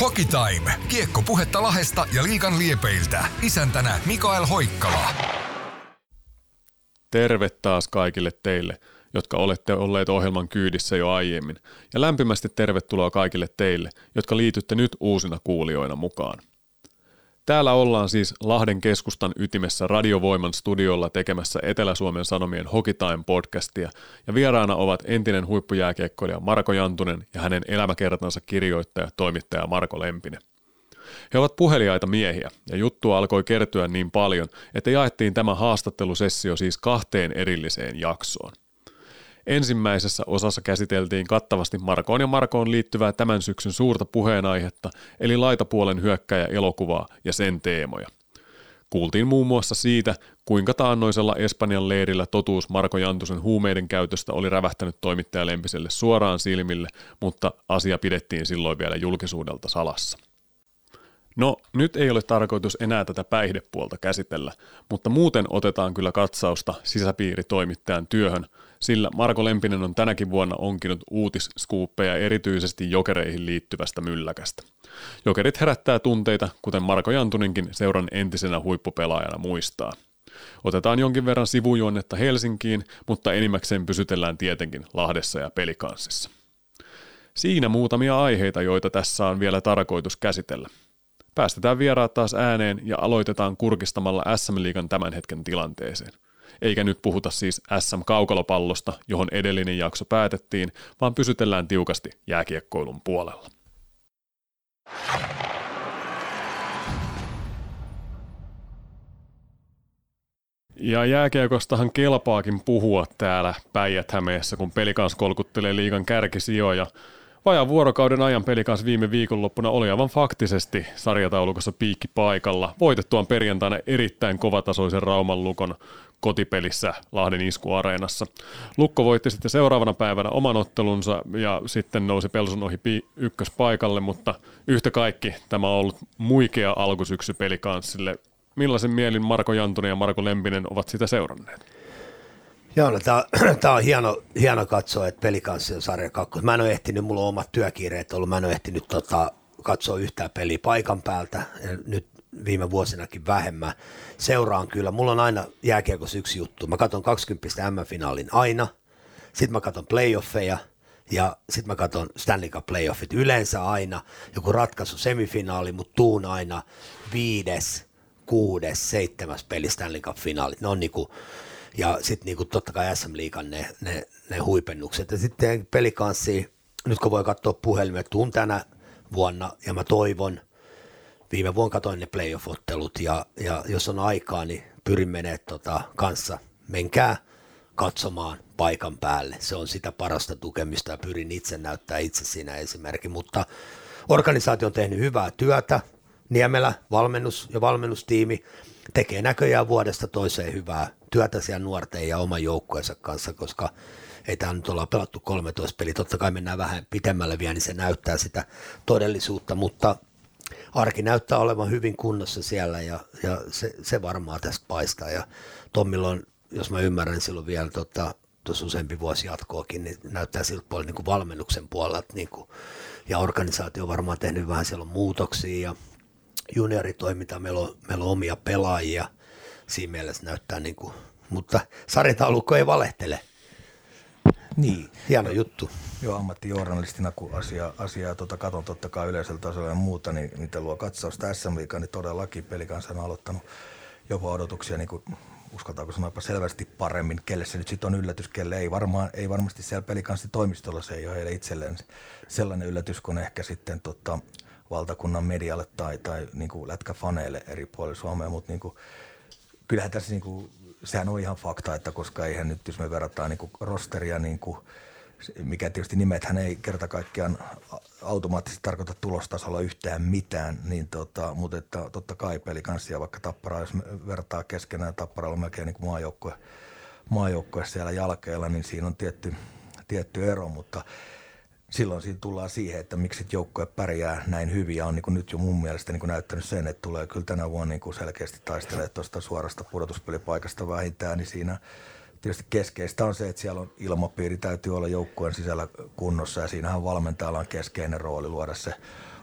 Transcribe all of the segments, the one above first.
Hockey Time. Kiekko puhetta Lahdesta ja liigan liepeiltä. Isäntänä Mikael Hoikkala. Terve taas kaikille teille, jotka olette olleet ohjelman kyydissä jo aiemmin. Ja lämpimästi tervetuloa kaikille teille, jotka liitytte nyt uusina kuulijoina mukaan. Täällä ollaan siis Lahden keskustan ytimessä Radiovoiman studiolla tekemässä Etelä-Suomen Sanomien Hockey Time podcastia, ja vieraana ovat entinen huippujääkiekkoilija Marko Jantunen ja hänen elämäkertansa kirjoittaja, toimittaja Marko Lempinen. He ovat puheliaita miehiä, ja juttua alkoi kertyä niin paljon, että jaettiin tämä haastattelusessio siis 2 erilliseen jaksoon. Ensimmäisessä osassa käsiteltiin kattavasti Markoon ja Markoon liittyvää tämän syksyn suurta puheenaihetta, eli laitapuolen hyökkääjä-elokuvaa ja sen teemoja. Kuultiin muun muassa siitä, kuinka taannoisella Espanjan leirillä totuus Marko Jantusen huumeiden käytöstä oli rävähtänyt toimittaja Lempiselle suoraan silmille, mutta asia pidettiin silloin vielä julkisuudelta salassa. No, nyt ei ole tarkoitus enää tätä päihdepuolta käsitellä, mutta muuten otetaan kyllä katsausta sisäpiiritoimittajan työhön, sillä Marko Lempinen on tänäkin vuonna onkinut uutisskuuppeja erityisesti Jokereihin liittyvästä mylläkästä. Jokerit herättää tunteita, kuten Marko Jantunenkin seuran entisenä huippupelaajana muistaa. Otetaan jonkin verran sivujuonnetta Helsinkiin, mutta enimmäkseen pysytellään tietenkin Lahdessa ja Pelicansissa. Siinä muutamia aiheita, joita tässä on vielä tarkoitus käsitellä. Päästetään vieraat taas ääneen ja aloitetaan kurkistamalla SM-liigan tämän hetken tilanteeseen. Eikä nyt puhuta siis SM-kaukalopallosta, johon edellinen jakso päätettiin, vaan pysytellään tiukasti jääkiekkoilun puolella. Ja jääkiekostahan kelpaakin puhua täällä Päijät-Hämeessä, kun Pelicans kolkuttelee liigan kärkisijoja. Vajaan vuorokauden ajan Pelicans viime viikonloppuna oli aivan faktisesti sarjataulukossa piikki paikalla, voitettuaan perjantaina erittäin kovatasoisen Rauman Lukon kotipelissä Lahden Isku-areenassa. Lukko voitti sitten seuraavana päivänä oman ottelunsa ja sitten nousi Pelson ohi ykköspaikalle, mutta yhtä kaikki tämä on ollut muikea alkusyksy Pelicansille. Millaisen mielin Marko Jantunen ja Marko Lempinen ovat sitä seuranneet? Joo, no tää on hieno katsoa, että Pelicanssi on sarja 2. Mä en ole ehtinyt, mulla on omat työkiireet ollut, mä en ole ehtinyt katsoa yhtään peliä paikan päältä, nyt viime vuosinakin vähemmän. Seuraan kyllä, mulla on aina jääkiekossa yksi juttu, mä katson 20 M-finaalin aina, sit mä katson playoffeja ja sit mä katson Stanley Cup playoffit, yleensä aina joku ratkaisu semifinaali, mutta tuun aina 5., 6., 7. peli Stanley Cup finaalit, ne on niinku. Ja sitten niinku totta kai SM-liigan ne huipennukset. Ja sitten Pelicanssiin, nyt kun voi katsoa puhelimet, tuun tänä vuonna ja mä toivon, viime vuonna katsoin ne playoff-ottelut ja jos on aikaa, niin pyrin menemään kanssa. Menkää katsomaan paikan päälle. Se on sitä parasta tukemista ja pyrin itse näyttää itse siinä esimerkki. Mutta organisaatio on tehnyt hyvää työtä. Niemelä, valmennus ja valmennustiimi tekee näköjään vuodesta toiseen hyvää työtä siellä nuorten ja oman joukkueensa kanssa, koska ei tämä nyt olla pelattu 13 peliä. Totta kai mennään vähän pitemmälle vielä, niin se näyttää sitä todellisuutta, mutta arki näyttää olevan hyvin kunnossa siellä ja se varmaan tästä paistaa. Ja Tommilla on, jos mä ymmärrän, niin silloin vielä tuossa useampi vuosi jatkoakin, niin näyttää siltä puolella niin kuin valmennuksen puolella, niin kuin, ja organisaatio on varmaan tehnyt vähän siellä muutoksia ja junioritoiminta, meillä on omia pelaajia, siinä mielessä näyttää niin kuin, mutta sarjataulukko ei valehtele. Niin. Hieno juttu. Joo, ammattijournalistina, kun asiaa katon totta kai yleisellä tasolla ja muuta, niin mitä luo katsausta SM-liigaa, niin todellakin Pelicans on aloittanut jopa odotuksia, niin kuin uskaltaako sanoa selvästi paremmin, kelle se nyt sitten on yllätys, kelle ei varmasti siellä Pelicansin toimistolla, se ei ole heille itselleen sellainen yllätys kuin ehkä sitten valtakunnan medialle tai niin kuin lätkäfaneille eri puolilla Suomea, mutta niin kuin, kyllähän tässä niin kuin, sehän on ihan fakta, että koska eihän nyt, jos me verrataan niin kuin rosteria, niin kuin, mikä tietysti nimethän ei kerta kaikkiaan automaattisesti tarkoita tulostasolla yhtään mitään, niin mutta että totta kai Pelicanssia vaikka Tapparaa, jos me vertaa keskenään, Tapparalla on melkein niin kuin maajoukkue siellä jalkeilla, niin siinä on tietty ero, mutta silloin siinä tullaan siihen, että miksi joukkue pärjää näin hyvin ja on niin kuin nyt jo mun mielestä niin kuin näyttänyt sen, että tulee kyllä tänä vuonna niin kuin selkeästi taistelee tuosta suorasta pudotuspelipaikasta vähintään, niin siinä tietysti keskeistä on se, että siellä on ilmapiiri, täytyy olla joukkueen sisällä kunnossa ja siinähän valmentajalla on keskeinen rooli luoda se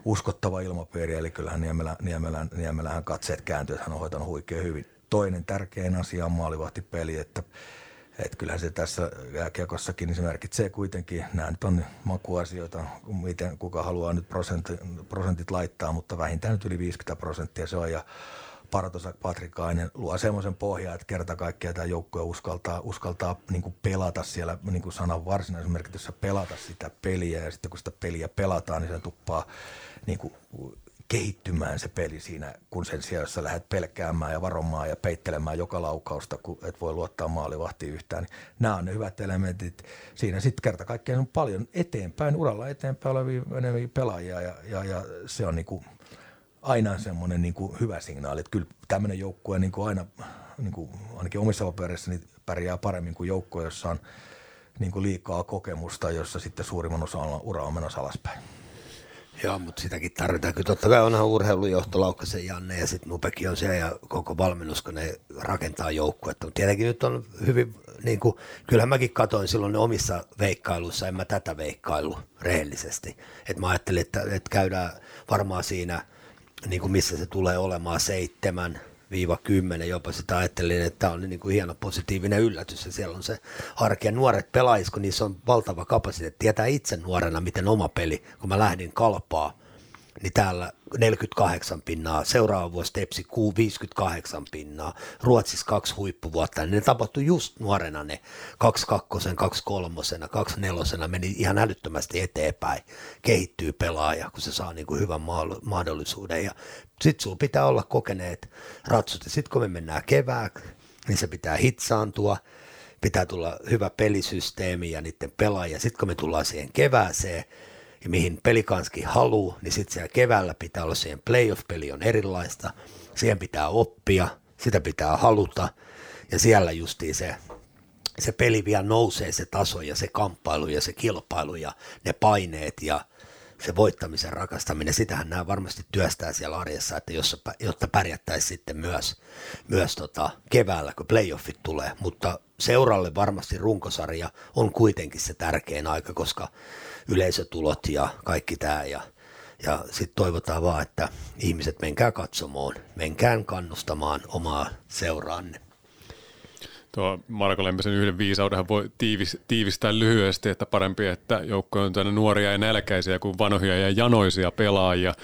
uskottava ilmapiiri, eli kyllähän Niemelähän katseet kääntyy, että hän on hoitanut huikein hyvin. Toinen tärkein asia on maalivahtipeli, että kyllähän se tässä jääkiekossakin niin se merkitsee kuitenkin, nämä nyt on makuasioita, miten kuka haluaa nyt prosentit laittaa, mutta vähintään nyt yli 50% se on, ja Partosak Patrikainen luo semmoisen pohjan, että kerta kaikkiaan tämä joukkue uskaltaa niin kuin pelata siellä, niin kuin sanan varsinaisessa merkityksessä pelata sitä peliä, ja sitten kun sitä peliä pelataan, niin se tuppaa niin kuin kehittymään se peli siinä, kun sen sijaan, jos sä lähdet pelkäämään ja varomaan ja peittelemään joka laukausta, kun et voi luottaa maalivahtiin yhtään, niin nämä on ne hyvät elementit. Siinä sitten kerta kaikkiaan on paljon uralla eteenpäin olevia pelaajia, ja se on niinku aina semmoinen niinku hyvä signaali, että kyllä tämmöinen joukkue niinku aina, niinku ainakin omissa papereissani pärjää paremmin kuin joukkue, jossa on niinku liikaa kokemusta, jossa sitten suurimman osan ura on menossa alaspäin. Joo, mutta sitäkin tarvitaan. Kyllä totta kai onhan urheilujohto, Laukkasen Janne ja sitten Nupekin on siellä ja koko valmennus, kun ne rakentaa joukkuetta. Mutta tietenkin nyt on hyvin, niin kuin, kyllähän mäkin katoin silloin ne omissa veikkailuissa, en mä tätä veikkailu rehellisesti. Että mä ajattelin, että käydään varmaan siinä, niin kuin missä se tulee olemaan 7-10, jopa sitä ajattelin, että tämä on niin kuin hieno positiivinen yllätys ja siellä on se arki ja nuoret pelaajat, kun niissä on valtava kapasiteetti, tietää itse nuorena, miten oma peli, kun mä lähdin Kalpaa, niin täällä 48 pinnaa, seuraava vuosi Tepsi 58 pinnaa, Ruotsissa 2 huippuvuotta, niin ne tapahtui just nuorena ne 2-2, 2-3, 2-4, meni ihan älyttömästi eteenpäin, kehittyy pelaaja, kun se saa niin kuin hyvän mahdollisuuden ja sitten sulla pitää olla kokeneet ratsut ja sitten kun me mennään kevääksi, niin se pitää hitsaantua, pitää tulla hyvä pelisysteemi ja niiden pelaajia, sitten kun me tullaan siihen kevääseen, ja mihin pelikanskin haluaa, niin sitten siellä keväällä pitää olla siihen playoff-peli on erilaista, siihen pitää oppia, sitä pitää haluta, ja siellä justiin se peli vielä nousee, se taso ja se kamppailu ja se kilpailu ja ne paineet ja se voittamisen rakastaminen, sitähän nämä varmasti työstää siellä arjessa, että jotta pärjättäisiin sitten myös keväällä, kun playoffit tulee, mutta seuralle varmasti runkosarja on kuitenkin se tärkein aika, koska yleisötulot ja kaikki tämä ja sitten toivotaan vaan, että ihmiset menkää katsomaan, menkään kannustamaan omaa seuraanne. Tuo Marko Lempäsen yhden viisaudenhan voi tiivistää lyhyesti, että parempi, että joukko on tänne nuoria ja nälkäisiä kuin vanhoja ja janoisia pelaajia.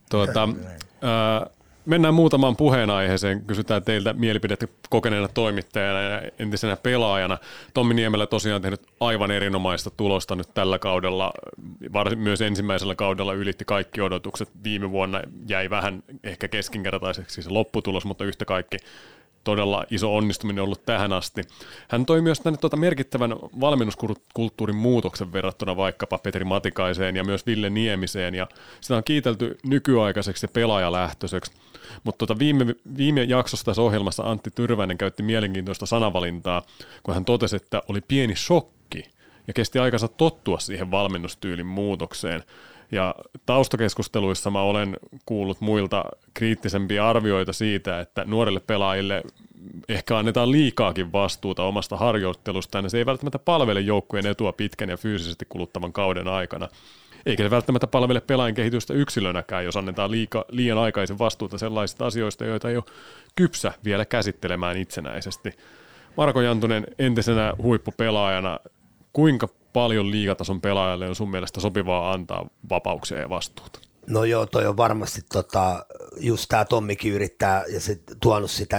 Mennään muutamaan puheenaiheeseen. Kysytään teiltä mielipidettä kokeneena toimittajana ja entisenä pelaajana. Tommi Niemelä tosiaan on tehnyt aivan erinomaista tulosta nyt tällä kaudella. Myös ensimmäisellä kaudella ylitti kaikki odotukset. Viime vuonna jäi vähän ehkä keskinkertaiseksi se lopputulos, mutta yhtä kaikki todella iso onnistuminen ollut tähän asti. Hän toi myös tänne merkittävän valmennuskulttuurin muutoksen verrattuna vaikkapa Petri Matikaiseen ja myös Ville Niemiseen, ja sitä on kiitelty nykyaikaiseksi ja pelaajalähtöiseksi. Mutta viime jaksossa tässä ohjelmassa Antti Tyrväinen käytti mielenkiintoista sanavalintaa, kun hän totesi, että oli pieni shokki ja kesti aikansa tottua siihen valmennustyylin muutokseen. Ja taustakeskusteluissa mä olen kuullut muilta kriittisempiä arvioita siitä, että nuorille pelaajille ehkä annetaan liikaakin vastuuta omasta harjoittelustaan, ja se ei välttämättä palvele joukkueen etua pitkän ja fyysisesti kuluttavan kauden aikana. Eikä se välttämättä palvele pelaajan kehitystä yksilönäkään, jos annetaan liian aikaisin vastuuta sellaisista asioista, joita ei ole kypsä vielä käsittelemään itsenäisesti. Marko Jantunen, entisenä huippupelaajana, kuinka paljon liigatason pelaajalle on sun mielestä sopivaa antaa vapauksia ja vastuuta? No joo, toi on varmasti just tämä Tommikin yrittää ja se tuonut sitä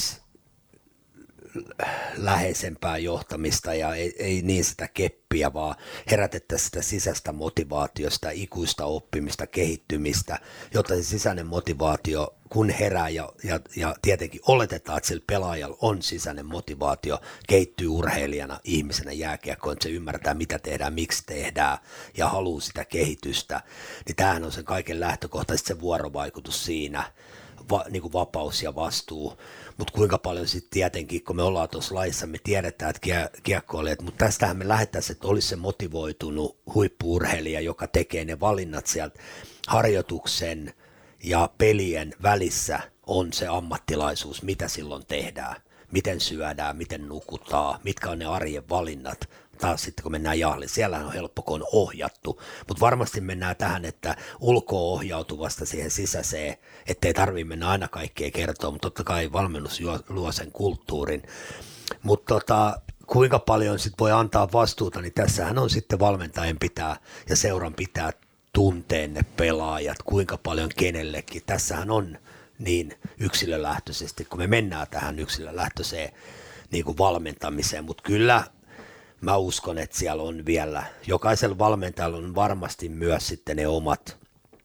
läheisempää johtamista ja ei niin sitä keppiä, vaan herätettäisiin sitä sisäistä motivaatiosta, ikuista oppimista, kehittymistä, jotta se sisäinen motivaatio kun herää ja tietenkin oletetaan, että sillä pelaajalla on sisäinen motivaatio, kehittyy urheilijana, ihmisenä jääkiekkoon, että se ymmärtää mitä tehdään, miksi tehdään ja haluaa sitä kehitystä, niin tämähän on sen kaiken lähtökohtaisesti se vuorovaikutus siinä, niin kuin vapaus ja vastuu, mutta kuinka paljon sitten tietenkin, kun me ollaan tuossa laissa, me tiedetään, että kiekkoilijat, mutta tästähän me lähdettäisiin, että olisi se motivoitunut huippu-urheilija, joka tekee ne valinnat sieltä harjoituksen ja pelien välissä on se ammattilaisuus, mitä silloin tehdään, miten syödään, miten nukutaan, mitkä on ne arjen valinnat, taas sitten kun mennään jahliin, siellä on helppo, kun on ohjattu, mutta varmasti mennään tähän, että ulko-ohjautuvasta siihen sisäiseen, ettei tarvitse mennä aina kaikkea kertoa, mutta totta kai valmennus luo sen kulttuurin, mutta kuinka paljon sit voi antaa vastuuta, niin tässähän on sitten valmentajan pitää ja seuran pitää tuntea ne pelaajat, kuinka paljon kenellekin, tässähän on niin yksilölähtöisesti, kun me mennään tähän yksilölähtöiseen niin kuin valmentamiseen, mutta kyllä mä uskon, että siellä on vielä, jokaisella valmentajalla on varmasti myös sitten ne omat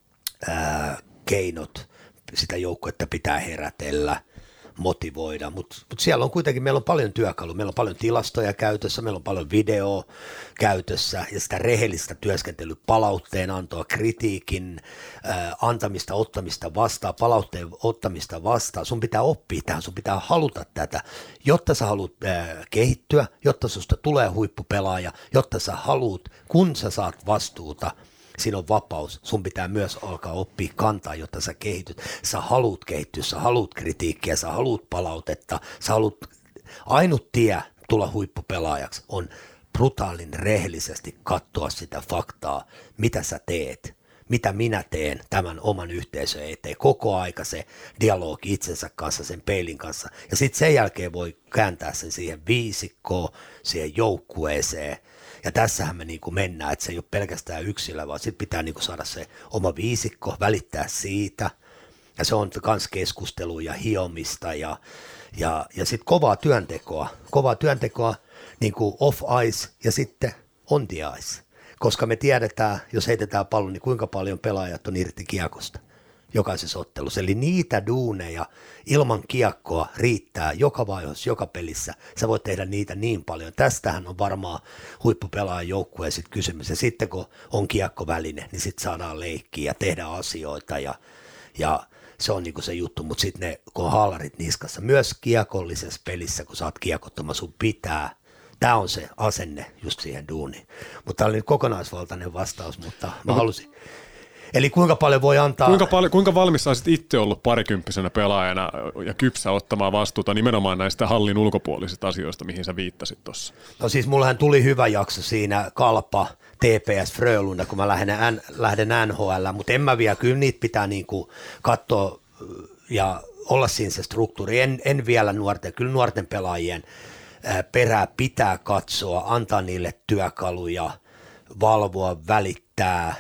keinot, sitä joukkuetta pitää herätellä, motivoida, mutta siellä on kuitenkin, meillä on paljon työkaluja, meillä on paljon tilastoja käytössä, meillä on paljon videoa käytössä ja sitä rehellistä työskentelyä, palautteen antoa, kritiikin antamista, ottamista vastaan, palautteen ottamista vastaan, sun pitää oppia tähän, sun pitää haluta tätä, jotta sä haluat kehittyä, jotta susta tulee huippupelaaja, jotta sä haluat, kun sä saat vastuuta, siinä on vapaus, sun pitää myös alkaa oppia kantaa, jotta sä kehityt. Sä haluut kehittyä, sä haluut kritiikkiä, sä haluut palautetta, sä haluut, ainut tie tulla huippupelaajaksi on brutaalin rehellisesti katsoa sitä faktaa, mitä sä teet, mitä minä teen tämän oman yhteisön eteen, koko aika se dialogi itsensä kanssa, sen peilin kanssa, ja sitten sen jälkeen voi kääntää sen siihen viisikkoon, siihen joukkueeseen. Ja tässähän me niin kuin mennään, että se ei ole pelkästään yksilö, vaan sitten pitää niin kuin saada se oma viisikko, välittää siitä. Ja se on myös keskustelua ja hiomista ja sitten kovaa työntekoa niin kuin off ice ja sitten on the ice. Koska me tiedetään, jos heitetään pallon, niin kuinka paljon pelaajat on irti kiekosta jokaisessa ottelussa. Eli niitä duuneja ilman kiekkoa riittää joka vaiheessa, joka pelissä. Sä voit tehdä niitä niin paljon. Tästähän on varmaan huippupelaajan joukkueen sit kysymys. Ja sitten kun on kiekkoväline, niin sitten saadaan leikkiä ja tehdä asioita ja se on niinku se juttu. Mutta sitten ne, kun on haalarit niskassa, myös kiekollisessa pelissä, kun sä oot kiekottoma, sun pitää. Tämä on se asenne just siihen duuniin. Mutta tämä oli nyt kokonaisvaltainen vastaus, mutta mä halusin. Eli kuinka paljon voi antaa... Kuinka valmis olisit itse ollut parikymppisenä pelaajana ja kypsä ottamaan vastuuta nimenomaan näistä hallin ulkopuolisista asioista, mihin sä viittasit tuossa? No siis mullahan tuli hyvä jakso siinä Kalpa, TPS Frölunda, kun mä lähden NHL, mutta en mä vielä, kyllä niitä pitää niinku katsoa ja olla siinä se struktuuri. En vielä kyllä nuorten pelaajien perää pitää katsoa, antaa niille työkaluja, valvoa, välittää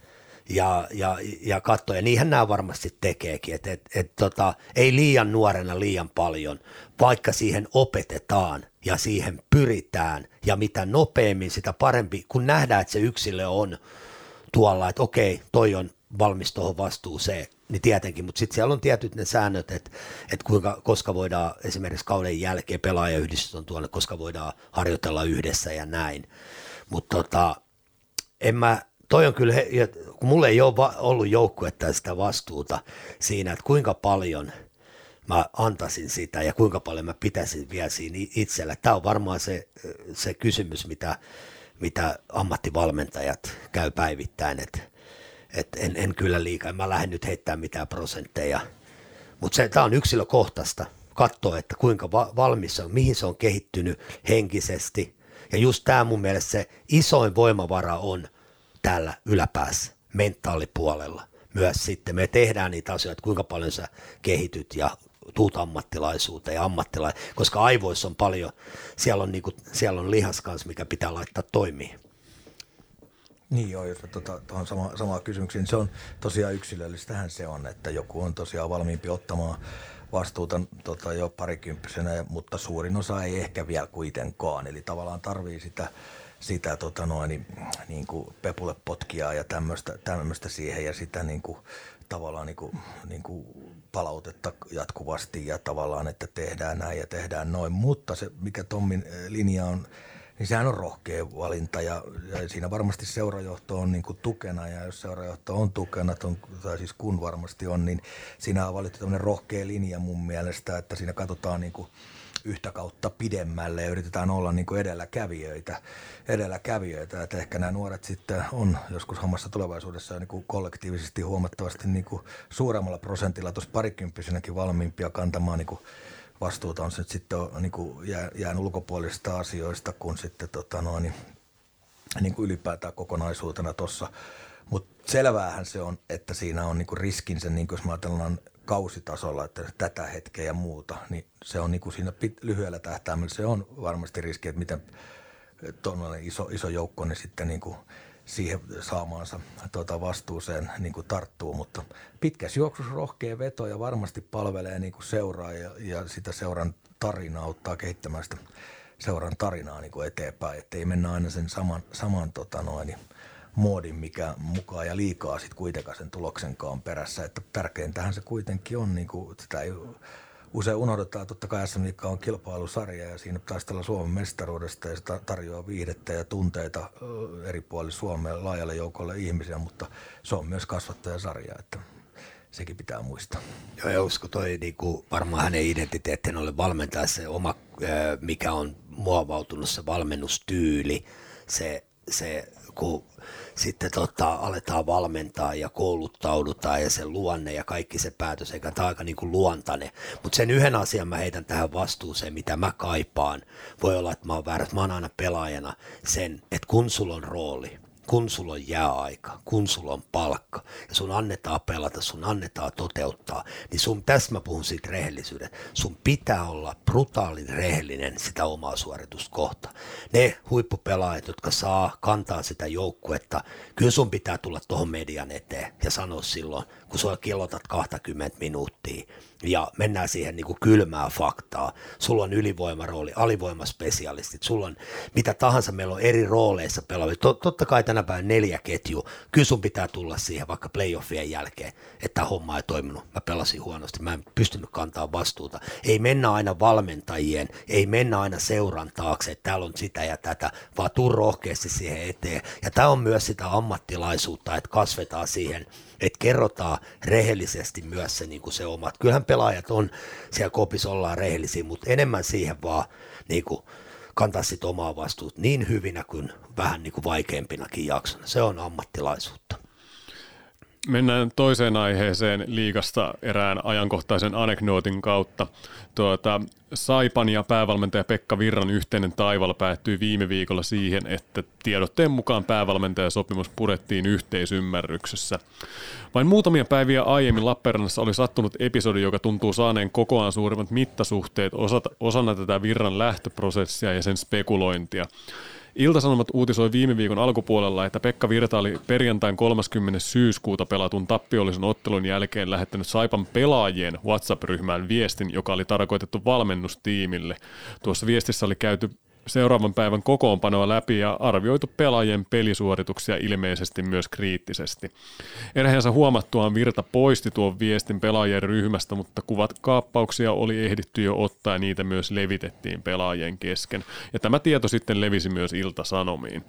ja katsoa, ja niinhän nämä varmasti tekeekin, että ei liian nuorena liian paljon, vaikka siihen opetetaan ja siihen pyritään, ja mitä nopeammin sitä parempi, kun nähdään, että se yksilö on tuolla, että okei, toi on valmis tuohon vastuuseen, niin tietenkin, mutta sitten siellä on tietyt ne säännöt, että koska voidaan esimerkiksi kauden jälkeen pelaajayhdistys on tuolla, koska voidaan harjoitella yhdessä ja näin, mutta toi on kyllä, kun mulla ei ole ollut joukkuetta sitä vastuuta siinä, että kuinka paljon mä antaisin sitä ja kuinka paljon mä pitäisin vielä siinä itsellä. Tämä on varmaan se kysymys, mitä ammattivalmentajat käy päivittäin, että en kyllä liikaa, mä lähden nyt heittämään mitään prosentteja, mutta tämä on yksilökohtaista, katsoa, että kuinka valmis on, mihin se on kehittynyt henkisesti, ja just tämä mun mielestä se isoin voimavara on täällä yläpäässä, mentaalipuolella myös sitten. Me tehdään niitä asioita, kuinka paljon sä kehityt ja tuut ammattilaisuuteen ja koska aivoissa on paljon, siellä on lihas kanssa, mikä pitää laittaa toimii. Niin joo, jos tuohon samaan kysymykseen, niin se on tosiaan yksilöllistähän se on, että joku on tosiaan valmiimpi ottamaan vastuuta jo parikymppisenä, mutta suurin osa ei ehkä vielä kuitenkaan, eli tavallaan tarvii sitä niin kuin pepulle potkia ja tämmöistä siihen ja sitä niin kuin, tavallaan niin kuin palautetta jatkuvasti ja tavallaan, että tehdään näin ja tehdään noin, mutta se mikä Tommin linja on, niin sehän on rohkea valinta ja siinä varmasti seurajohto on niin kuin tukena ja jos seurajohto on tukena, tai siis kun varmasti on, niin siinä on valittu tämmöinen rohkea linja mun mielestä, että siinä katsotaan niin kuin yhtä kautta pidemmälle ja yritetään olla niin kuin edelläkävijöitä, että ehkä nämä nuoret sitten on joskus hommassa tulevaisuudessa niin kuin kollektiivisesti huomattavasti niin kuin suuremmalla prosentilla tuossa parikymppisenäkin valmiimpia kantamaan niin kuin vastuuta on se nyt sitten niin kuin jään ulkopuolisista asioista kuin sitten niin kuin ylipäätään kokonaisuutena tuossa. Mutta selväähän se on, että siinä on niin kuin riskinsä, niin kuin jos me ajatellaan kausitasolla, että tätä hetkeä ja muuta, niin se on niin kuin siinä lyhyellä tähtäimellä se on varmasti riski, että miten tuollainen iso joukko niin sitten niin kuin siihen saamaansa vastuuseen niin kuin tarttuu, mutta pitkässä juoksussa rohkea veto ja varmasti palvelee niin kuin seuraa ja sitä seuran tarinaa auttaa kehittämään sitä seuran tarinaa niin kuin eteenpäin, ettei mennä aina sen saman muodin, mikä mukaan ja liikaa sitten kuitenkaan sen tuloksenkaan perässä, että tärkeintähän se kuitenkin on, niin kuin sitä ei usein unohdetaan, totta kai SM Liiga on kilpailusarja ja siinä taistellaan Suomen mestaruudesta ja se tarjoaa viihdettä ja tunteita eri puolilla Suomea laajalle joukolle ihmisiä, mutta se on myös kasvattajasarja, että sekin pitää muistaa. Joo, ja usko toi niinku, varmaan hänen identiteettiin ole valmentaa se oma, mikä on muovautunut se valmennustyyli, se kun sitten aletaan valmentaa ja kouluttaudutaan ja se luonne ja kaikki se päätös, eikä tämä aika niin kuin luontainen. Mutta sen yhden asian mä heitän tähän vastuuseen, mitä mä kaipaan. Voi olla, että mä oon väärä, mä oon aina pelaajana sen, että kun sulla on rooli, kun sulla on jääaika, kun sulla on palkka ja sun annetaan pelata, sun annetaan toteuttaa, niin tässä mä puhun siitä rehellisyyden. Sun pitää olla brutaalin rehellinen sitä omaa suoritusta kohtaan. Ne huippupelaajat, jotka kantaa sitä joukkuetta, kyllä sun pitää tulla tuohon median eteen ja sanoa silloin, kun sä kilotat 20 minuuttia ja mennään siihen niin kuin kylmää faktaa. Sulla on ylivoimarooli, alivoimaspesialistit, sulla on mitä tahansa, meillä on eri rooleissa pelaavia. Totta kai tänä päivänä 4 ketjua. Kyllä sun pitää tulla siihen vaikka playoffien jälkeen, että tämä homma ei toiminut. Mä pelasin huonosti, mä en pystynyt kantaa vastuuta. Ei mennä aina valmentajien, ei mennä aina seuran taakse, että täällä on sitä ja tätä, vaan tuu rohkeasti siihen eteen. Ja tämä on myös sitä ammattilaisuutta, että kasvetaan siihen, että kerrotaan rehellisesti myös se, niin kuin se omat. Kyllähän pelaajat on, siellä kopissa ollaan rehellisiä, mutta enemmän siihen vaan niin kuin kantaa sit omaa vastuuta niin hyvinä kuin vähän niin kuin vaikeimpinakin jaksona. Se on ammattilaisuutta. Mennään toiseen aiheeseen liigasta erään ajankohtaisen anekdootin kautta. Saipan ja päävalmentaja Pekka Virran yhteinen taival päättyi viime viikolla siihen, että tiedotteen mukaan päävalmentajasopimus purettiin yhteisymmärryksessä. Vain muutamia päiviä aiemmin Lappeenrannassa oli sattunut episodi, joka tuntuu saaneen kokoaan suurimmat mittasuhteet osana tätä Virran lähtöprosessia ja sen spekulointia. Ilta-Sanomat uutisoi viime viikon alkupuolella, että Pekka Virta oli perjantain 30. syyskuuta pelatun tappiollisen ottelun jälkeen lähettänyt Saipan pelaajien WhatsApp-ryhmään viestin, joka oli tarkoitettu valmennustiimille. Tuossa viestissä oli käyty seuraavan päivän kokoonpanoa läpi ja arvioitu pelaajien pelisuorituksia ilmeisesti myös kriittisesti. Erheensä huomattuaan Virta poisti tuon viestin pelaajien ryhmästä, mutta kuvat kaappauksia oli ehditty jo ottaa ja niitä myös levitettiin pelaajien kesken. Ja tämä tieto sitten levisi myös Ilta-Sanomiin.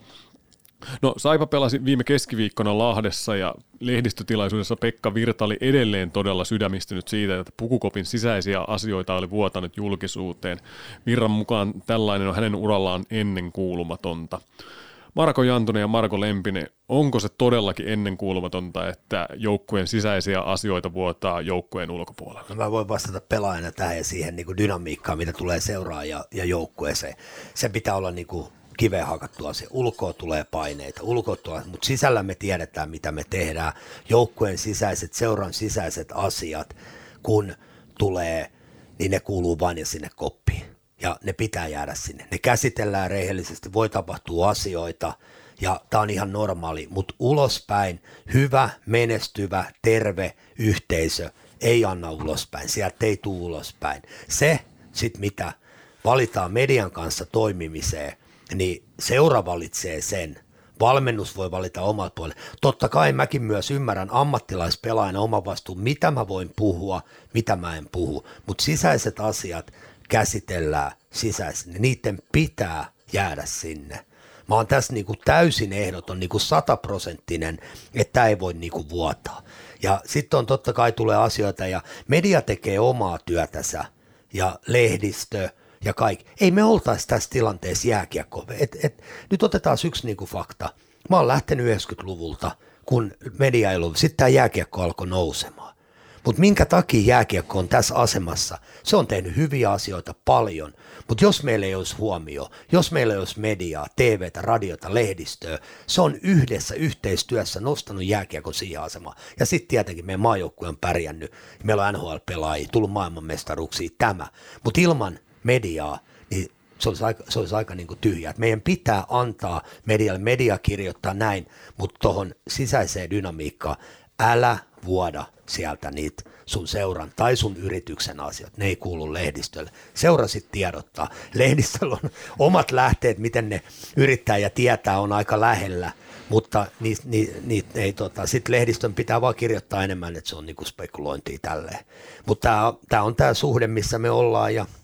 No, Saipa pelasi viime keskiviikkona Lahdessa ja lehdistötilaisuudessa Pekka Virta oli edelleen todella sydämistynyt siitä, että Pukukopin sisäisiä asioita oli vuotanut julkisuuteen. Virran mukaan tällainen on hänen urallaan ennenkuulumatonta. Marko Jantunen ja Marko Lempinen, onko se todellakin ennenkuulumatonta, että joukkueen sisäisiä asioita vuotaa joukkueen ulkopuolella? No mä voin vastata pelaajana tähän ja siihen niin kuin dynamiikkaan, mitä tulee seuraa ja joukkueeseen. Se pitää olla niin kuin kiveen hakattua asia. Ulkoa tulee paineita, mutta sisällä me tiedetään, mitä me tehdään. Joukkueen sisäiset, seuran sisäiset asiat, kun tulee, niin ne kuuluu vain ja sinne koppiin. Ja ne pitää jäädä sinne. Ne käsitellään rehellisesti, voi tapahtua asioita, ja tämä on ihan normaali, mutta ulospäin hyvä, menestyvä, terve yhteisö ei anna ulospäin, sieltä ei tule ulospäin. Se sitten, mitä valitaan median kanssa toimimiseen, niin seura valitsee sen. Valmennus voi valita omat puolet. Totta kai mäkin myös ymmärrän ammattilaispelaajana oman vastuun, mitä mä voin puhua, mitä mä en puhu, mutta sisäiset asiat käsitellään sisäisesti. Niiden pitää jäädä sinne. Mä oon tässä niinku täysin ehdoton, niinku 100%, että ei voi niinku vuotaa. Ja sitten on totta kai tulee asioita ja media tekee omaa työtänsä ja lehdistö ja kaikki. Ei me oltaisi tässä tilanteessa jääkiekko. Nyt otetaan yksi niinku fakta. Mä oon lähtenyt 90-luvulta, kun media ei ollut. Sitten tämä jääkiekko alkoi nousemaan. Mutta minkä takia jääkiekko on tässä asemassa? Se on tehnyt hyviä asioita paljon, mutta jos meillä ei olisi huomioon, jos meillä ei olisi mediaa, TVtä, radiota, lehdistöä, se on yhdessä yhteistyössä nostanut jääkiekon siihen asemaan. Ja sitten tietenkin meidän maajoukkue on pärjännyt, meillä on NHL-pelaajia, tullut maailmanmestaruuksia tämä, mutta ilman mediaa, niin se olisi aika niin kuin tyhjää. Et meidän pitää antaa medialle, media kirjoittaa näin, mutta tuohon sisäiseen dynamiikkaan älä vuoda sieltä niitä sun seuran tai sun yrityksen asiat. Ne ei kuulu lehdistölle. Seura sit tiedottaa. Lehdistöllä on omat lähteet, miten ne yrittää ja tietää on aika lähellä, mutta sitten lehdistön pitää vaan kirjoittaa enemmän, että se on niinku spekulointia tälleen. Mutta tämä on tämä suhde, missä me ollaan ja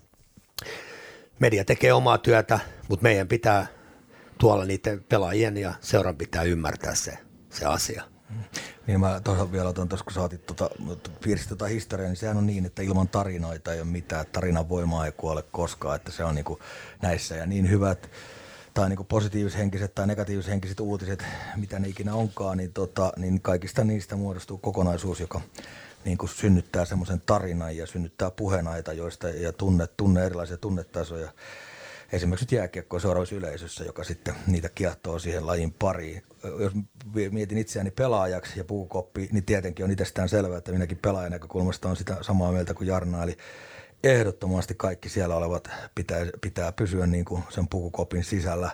media tekee omaa työtä, mutta meidän pitää tuolla niiden pelaajien ja seuran pitää ymmärtää se asia. Niin mä toisaalta vielä otan tuossa, kun sä otit piirsit historiaa, niin sehän on niin, että ilman tarinoita ei ole mitään. Tarinan voimaa ei kuole koskaan, että se on niin kuin näissä ja niin hyvät tai niin kuin positiivishenkiset tai negatiivishenkiset uutiset, mitä ne ikinä onkaan, niin kaikista niistä muodostuu kokonaisuus, joka niin kuin synnyttää semmoisen tarinan ja synnyttää puheenaita, joista ja tunne erilaisia tunnetasoja. Esimerkiksi nyt jääkiekkoa seuraavassa yleisössä, joka sitten niitä kiehtoo siihen lajin pariin. Jos mietin itseäni pelaajaksi ja pukukoppi, niin tietenkin on itsestään selvää, että minäkin pelaajan näkökulmasta on sitä samaa mieltä kuin Jarna. Eli ehdottomasti kaikki siellä olevat pitää pysyä niin kuin sen pukukopin sisällä.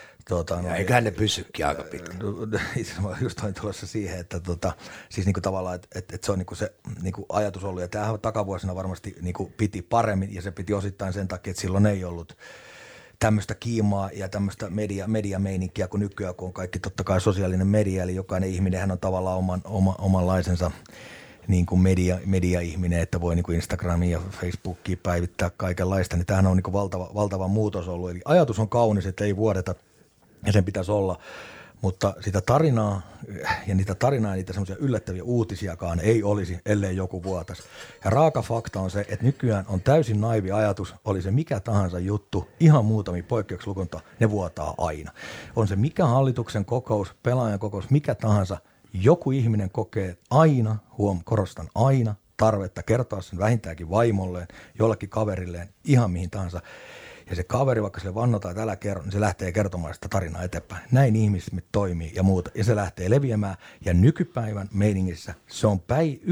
Eiköhän ne pysykin aika pitkään. Itse asiassa just olin tulossa siihen, että siis niinku tavallaan, että se on niinku se niinku ajatus ollut. Ja tämähän takavuosina varmasti niinku piti paremmin ja se piti osittain sen takia, että silloin ei ollut tämmöistä kiimaa ja tämmöistä mediameininkiä kuin nykyään, kun on kaikki totta kai sosiaalinen media, eli jokainen ihminenhän on tavallaan omanlaisensa niin kuin media-ihminen, että voi niin kuin Instagramia ja Facebookia päivittää kaikenlaista, niin tämähän on niin kuin valtava muutos ollut. Eli ajatus on kaunis, että ei vuodeta ja sen pitäisi olla, mutta sitä tarinaa ja niitä semmoisia yllättäviä uutisiakaan ei olisi, ellei joku vuotaisi. Ja raaka fakta on se, että nykyään on täysin naivi ajatus, oli se mikä tahansa juttu, ihan muutamia poikkeuslukunta, ne vuotaa aina. On se mikä hallituksen kokous, pelaajan kokous, mikä tahansa, joku ihminen kokee aina, korostan aina, tarvetta kertoa sen vähintäänkin vaimolleen, jollekin kaverilleen, ihan mihin tahansa. Ja se kaveri, vaikka sille vannotaan, että älä kerro, niin se lähtee kertomaan sitä tarinaa eteenpäin. Näin ihmiset toimii ja muuta. Ja se lähtee leviämään. Ja nykypäivän meiningissä se on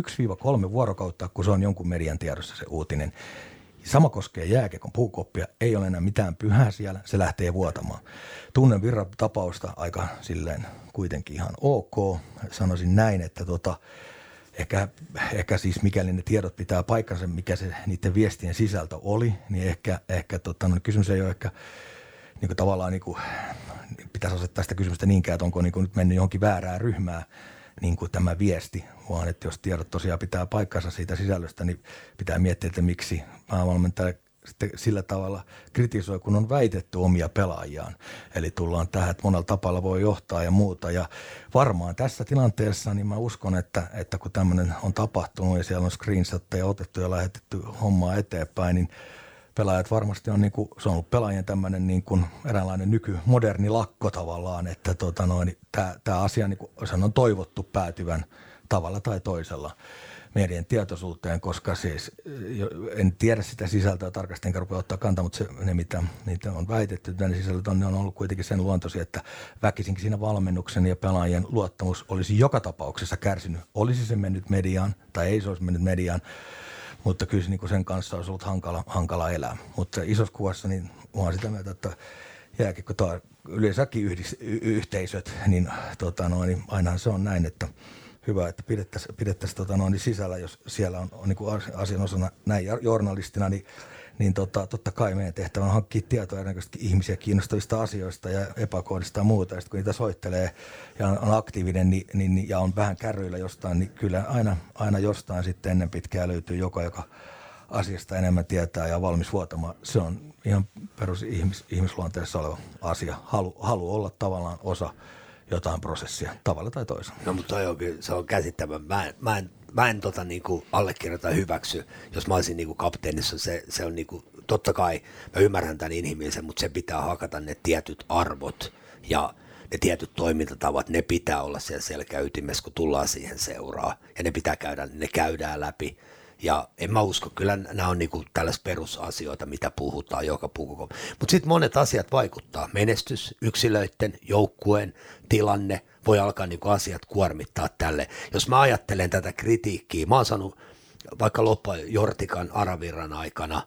1-3 vuorokautta, kun se on jonkun median tiedossa se uutinen. Sama koskee jääkiekon puukoppia. Ei ole enää mitään pyhää siellä. Se lähtee vuotamaan. Tunnen Virran tapausta aika silleen kuitenkin ihan ok. Sanoisin näin, että Ehkä siis mikäli ne tiedot pitää paikkansa, mikä se niiden viestien sisältö oli, niin ehkä kysymys ei ole ehkä niin kuin tavallaan niin kuin, pitäisi asettaa sitä kysymystä niinkään, että onko niin kuin nyt mennyt johonkin väärään ryhmään niin kuin tämä viesti, vaan että jos tiedot tosiaan pitää paikkansa siitä sisällöstä, niin pitää miettiä, että miksi valmentaja sitten sillä tavalla kritisoi, kun on väitetty omia pelaajiaan. Eli tullaan tähän, että monella tapalla voi johtaa ja muuta. Ja varmaan tässä tilanteessa, niin mä uskon, että kun tämmöinen on tapahtunut ja siellä on screenshotteja otettu ja lähetetty hommaa eteenpäin, niin pelaajat varmasti on, niin kuin, se on ollut pelaajien tämmöinen niin kuin eräänlainen nykymoderni lakko tavallaan, että tämä asia niin kuin sen on toivottu päätyvän tavalla tai toisella median tietoisuuteen, koska siis en tiedä sitä sisältöä tarkasti, enkä rupea ottaa kantaa, mutta ne mitä niitä on väitetty, ne sisältöt on ollut kuitenkin sen luontoisia, että väkisinkin siinä valmennuksen ja pelaajien luottamus olisi joka tapauksessa kärsinyt. Olisi se mennyt mediaan tai ei se olisi mennyt mediaan, mutta kyllä se, niin sen kanssa olisi ollut hankala elää. Mutta isossa kuvassa niin olen sitä mieltä, että jääkiekko tai yleensäkin yhteisöt, niin ainahan se on näin, että hyvä, että pidettäisiin sisällä, jos siellä on niin kuin asian osana näin journalistina, niin totta kai meidän tehtävä on hankkia tietoa erinäköisesti ihmisiä kiinnostavista asioista ja epäkohdista ja muuta. Ja sitten kun niitä soittelee ja on aktiivinen ja on vähän kärryillä jostain, niin kyllä aina jostain sitten ennen pitkää löytyy joka asiasta enemmän tietää ja on valmis vuotamaan. Se on ihan perus ihmisluonteessa oleva asia. Halu olla tavallaan osa jotain prosessia tavalla tai toisella. No mutta se on käsittämätön. Mä en niinku allekirjoita hyväksy, jos mä olisin niinku kapteenissa. Se on niinku, totta kai mä ymmärrän tämän inhimillisen, mutta se pitää hakata ne tietyt arvot ja ne tietyt toimintatavat, ne pitää olla siellä selkäytimessä, kun tullaan siihen seuraan, ja ne käydään läpi. Ja en mä usko, kyllä nämä on niinku tällaisia perusasioita, mitä puhutaan joka puhuko. Mutta sitten monet asiat vaikuttaa. Menestys, yksilöiden, joukkueen, tilanne, voi alkaa niinku asiat kuormittaa tälle. Jos mä ajattelen tätä kritiikkiä, mä oon saanut vaikka Jortikan Aravirran aikana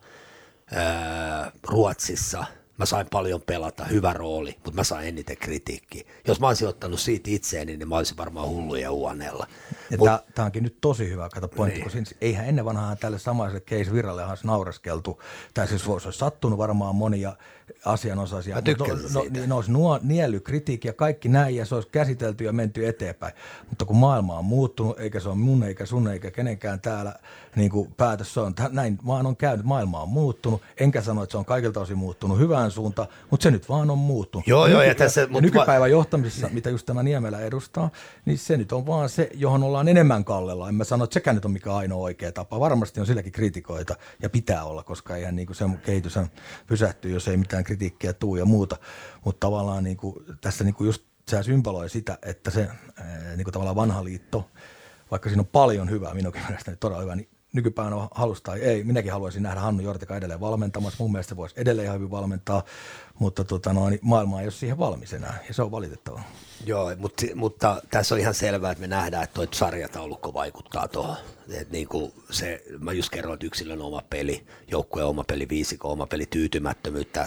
Ruotsissa, mä sain paljon pelata, hyvä rooli, mutta mä sain eniten kritiikkiä. Jos mä olisin ottanut siitä itseäni, niin mä olisin varmaan hulluja uonella. Tämä onkin nyt tosi hyvä, kato pointti, niin. Kun eihän ennen vanhaan tälle samaiselle Case Virralle olisi naureskeltu, tai siis se olisi sattunut varmaan monia asianosaisia. Mä tykkäsin siitä. Ne olisi niellyt kritiikki ja kaikki näin, ja se olisi käsitelty ja menty eteenpäin. Mutta kun maailma on muuttunut, eikä se ole mun, eikä sun, eikä kenenkään täällä niin kuin päätös, se on näin vaan on käynyt, maailma on muuttunut, enkä sano, että se on kaikilta osin muuttunut hyvään suuntaan, mutta se nyt vaan on muuttunut. Joo, ja tässä, nykypäivän johtamisessa, mitä just tämä Niemelä edustaa, niin se nyt on vaan se, johon ollaan enemmän kallella. En mä sano, että sekään nyt on mikä ainoa oikea tapa. Varmasti on silläkin kritikoita ja pitää olla, koska eihän niin kuin se kehitys pysähtyy, jos ei mitään kritiikkiä tuu ja muuta. Mutta tavallaan niin kuin, tässä niin kuin just se symboloi sitä, että se niin kuin tavallaan vanha liitto, vaikka siinä on paljon hyvää, minunkin mielestäni todella hyvä, niin nykypäivänä on halusta tai ei. Minäkin haluaisin nähdä Hannu Jortika edelleen valmentamassa. Mun mielestä se voisi edelleen ihan hyvin valmentaa, mutta niin maailma ei ole siihen valmis enää ja se on valitettavaa. Joo, mutta tässä on ihan selvää, että me nähdään, että tuo sarjataulukko vaikuttaa tuohon. Niin mä just kerroin, että yksilön oma peli, joukkueen oma peli, viisikon oma peli, tyytymättömyyttä,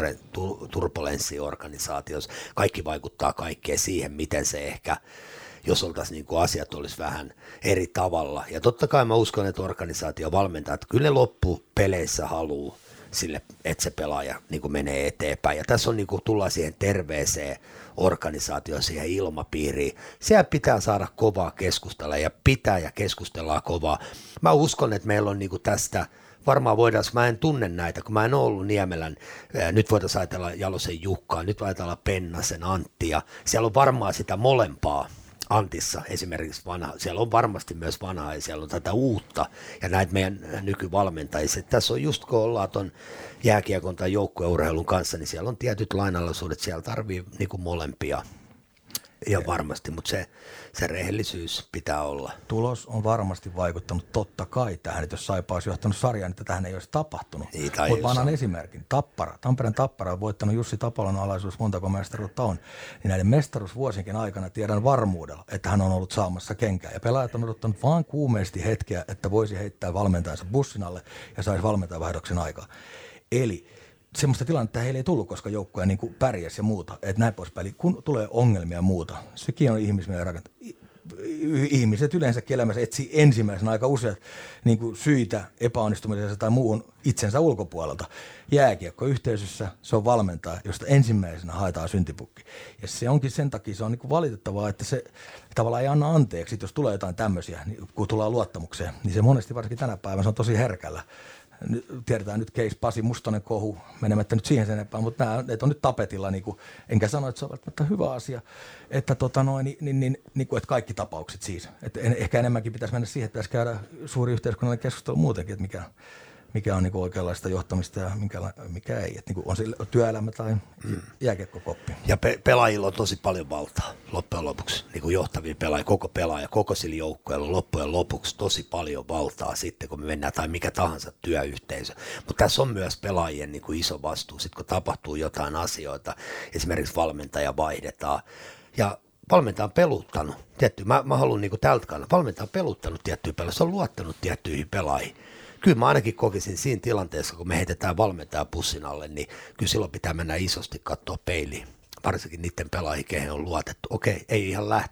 turbulenssiorganisaatiossa. Kaikki vaikuttaa kaikkeen siihen, miten se ehkä, jos oltaisiin niin kuin asiat olisi vähän eri tavalla. Ja totta kai mä uskon, että organisaatio valmentaa, että kyllä ne loppupeleissä haluaa sille, että se pelaaja niin kuin menee eteenpäin. Ja tässä on niin kuin tullaan siihen terveeseen organisaatioon, siihen ilmapiiriin. Siellä pitää saada kovaa keskustella ja keskustellaan kovaa. Mä uskon, että meillä on niin kuin tästä, varmaan voidaan, mä en tunne näitä, kun mä en ole ollut Niemelän, nyt voitaisiin ajatella Jalosen Jukkaa, nyt ajatellaan Pennasen Anttia. Siellä on varmaan sitä molempaa. Antissa esimerkiksi vanha, siellä on varmasti myös vanhaa ja siellä on tätä uutta ja näitä meidän nykyvalmentajia. Tässä on just kun ollaan tuon jääkiekon tai joukkueurheilun kanssa, niin siellä on tietyt lainalaisuudet, siellä tarvii niin kuin molempia ihan varmasti, mutta se rehellisyys pitää olla. Tulos on varmasti vaikuttanut totta kai tähän, että jos Saipa olisi johtanut sarjaan, niin tähän ei olisi tapahtunut. Mutta annan esimerkin. Tampereen Tappara on voittanut Jussi Tapalan alaisuus, montako mestaruutta on. Niin näiden mestaruusvuosienkin aikana tiedän varmuudella, että hän on ollut saamassa kenkää. Ja pelaajat on odottanut vaan kuumeesti hetkeä, että voisi heittää valmentajansa bussin alle ja saisi valmentajavaihdoksen aikaa. Eli semmoista tilannetta heille ei tullut, koska joukkue niin kuin pärjäsi ja muuta, että näin poispäin. Eli kun tulee ongelmia ja muuta, sekin on ihmismielen rakentaa. Ihmiset yleensäkin elämässä etsii ensimmäisenä aika useat niin kuin syitä epäonnistumisessa tai muuhun itsensä ulkopuolelta. Jääkiekkoyhteisössä se on valmentaja, josta ensimmäisenä haetaan syntipukki. Ja se onkin sen takia, se on niin kuin valitettavaa, että se tavallaan ei anna anteeksi, jos tulee jotain tämmöisiä, niin kun tullaan luottamukseen, niin se monesti varsinkin tänä päivänä se on tosi herkällä. Tiedetään nyt case Pasi Mustonen kohu, menemättä nyt siihen sen enempää, mutta nämä on nyt tapetilla, niin kuin, enkä sano, että se on välttämättä hyvä asia, että, että kaikki tapaukset siis. Että ehkä enemmänkin pitäisi mennä siihen, että pitäisi käydä suuri yhteiskunnallinen keskustelu muutenkin, että mikä on niin kuin oikeanlaista johtamista ja mikä ei, että niin kuin on se työelämä tai jääkiekkokoppi. Ja pelaajilla on tosi paljon valtaa loppujen lopuksi, niin kuin johtavia pelaaja, koko sillä joukkueella on loppujen lopuksi tosi paljon valtaa sitten, kun me mennään tai mikä tahansa työyhteisö. Mutta tässä on myös pelaajien niin kuin iso vastuu, sitten kun tapahtuu jotain asioita, esimerkiksi valmentaja vaihdetaan ja valmentaja on peluttanut, tietty, mä haluan niin kuin tältä kannalta, valmentaja on peluttanut tiettyjä pelaajia, se on luottanut tiettyihin pelaajiin. Kyllä mä ainakin kokisin siinä tilanteessa, kun me heitetään valmentaja pussin alle, niin kyllä silloin pitää mennä isosti katsoa peiliin. Varsinkin niiden pelaajia, kehen on luotettu. Okei, ei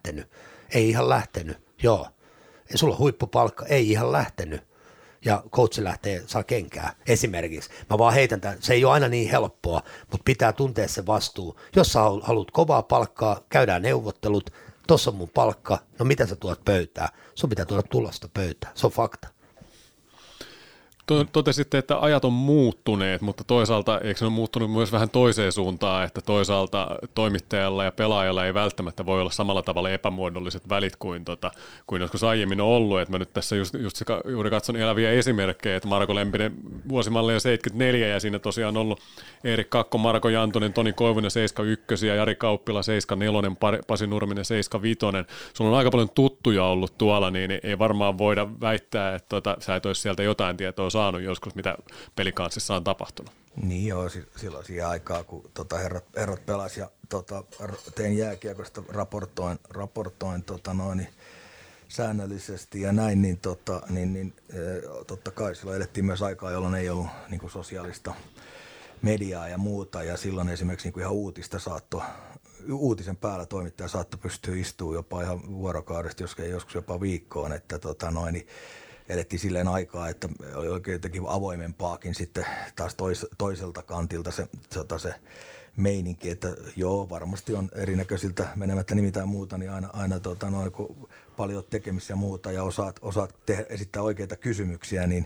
ihan lähtenyt, joo. Ja sulla on huippupalkka, ei ihan lähtenyt. Ja coachi saa kenkää esimerkiksi. Mä vaan heitän tämän, se ei ole aina niin helppoa, mutta pitää tuntea se vastuu. Jos sä haluat kovaa palkkaa, käydään neuvottelut, tossa on mun palkka, no mitä sä tuot pöytään? Sun pitää tuoda tulosta pöytään, se on fakta. totesitte, että ajat on muuttuneet, mutta toisaalta eikö ne ole muuttunut myös vähän toiseen suuntaan, että toisaalta toimittajalla ja pelaajalla ei välttämättä voi olla samalla tavalla epämuodolliset välit kuin joskus aiemmin on ollut. Että mä nyt tässä juuri katson eläviä esimerkkejä, että Marko Lempinen vuosimalli on 74 ja siinä tosiaan on ollut Erik Kakko, Marko Jantonen, Toni Koivunen 71 ja Jari Kauppila 74, Pasi Nurminen 75. Sulla on aika paljon tuttuja ollut tuolla, niin ei varmaan voida väittää, että sä et olisi sieltä jotain tietoa saanut joskus, mitä Pelicansissa on tapahtunut. Niin joo, silloin siihen aikaan, kun herrat pelasi ja tein jääkiekosta raportoin säännöllisesti ja näin, niin totta kai silloin elettiin myös aikaa, jolloin ei ollut niin kuin sosiaalista mediaa ja muuta, ja silloin esimerkiksi niin kuin ihan uutisen päällä toimittaja saattoi pystyä istumaan jopa ihan vuorokaudesta, joskus jopa viikkoon, että niin elettiin silleen aikaa, että oli oikein jotenkin avoimempaakin sitten taas toiselta kantilta se meininki, että joo, varmasti on erinäköisiltä, menemättä nimitään muuta, niin aina kun paljon tekemisiä ja muuta ja osaat esittää oikeita kysymyksiä, niin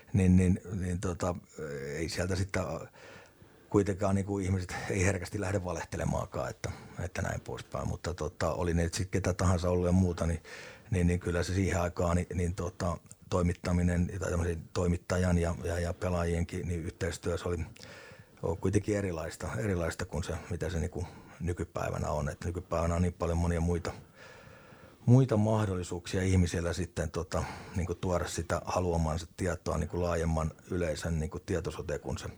ei sieltä sitten kuitenkaan niin kuin ihmiset ei herkästi lähde valehtelemaankaan, että näin poispäin, mutta oli ne sitten ketä tahansa ollut ja muuta, niin kyllä se siihen aikaan toimittaminen tai toimittajan ja pelaajienkin niin yhteistyössä oli kuitenkin erilaista kuin se, mitä se niin kuin nykypäivänä on. Et nykypäivänä on niin paljon monia muita mahdollisuuksia ihmisillä sitten niin kuin tuoda sitä haluamansa tietoa niin kuin laajemman yleisen niin kuin tietosote kuin se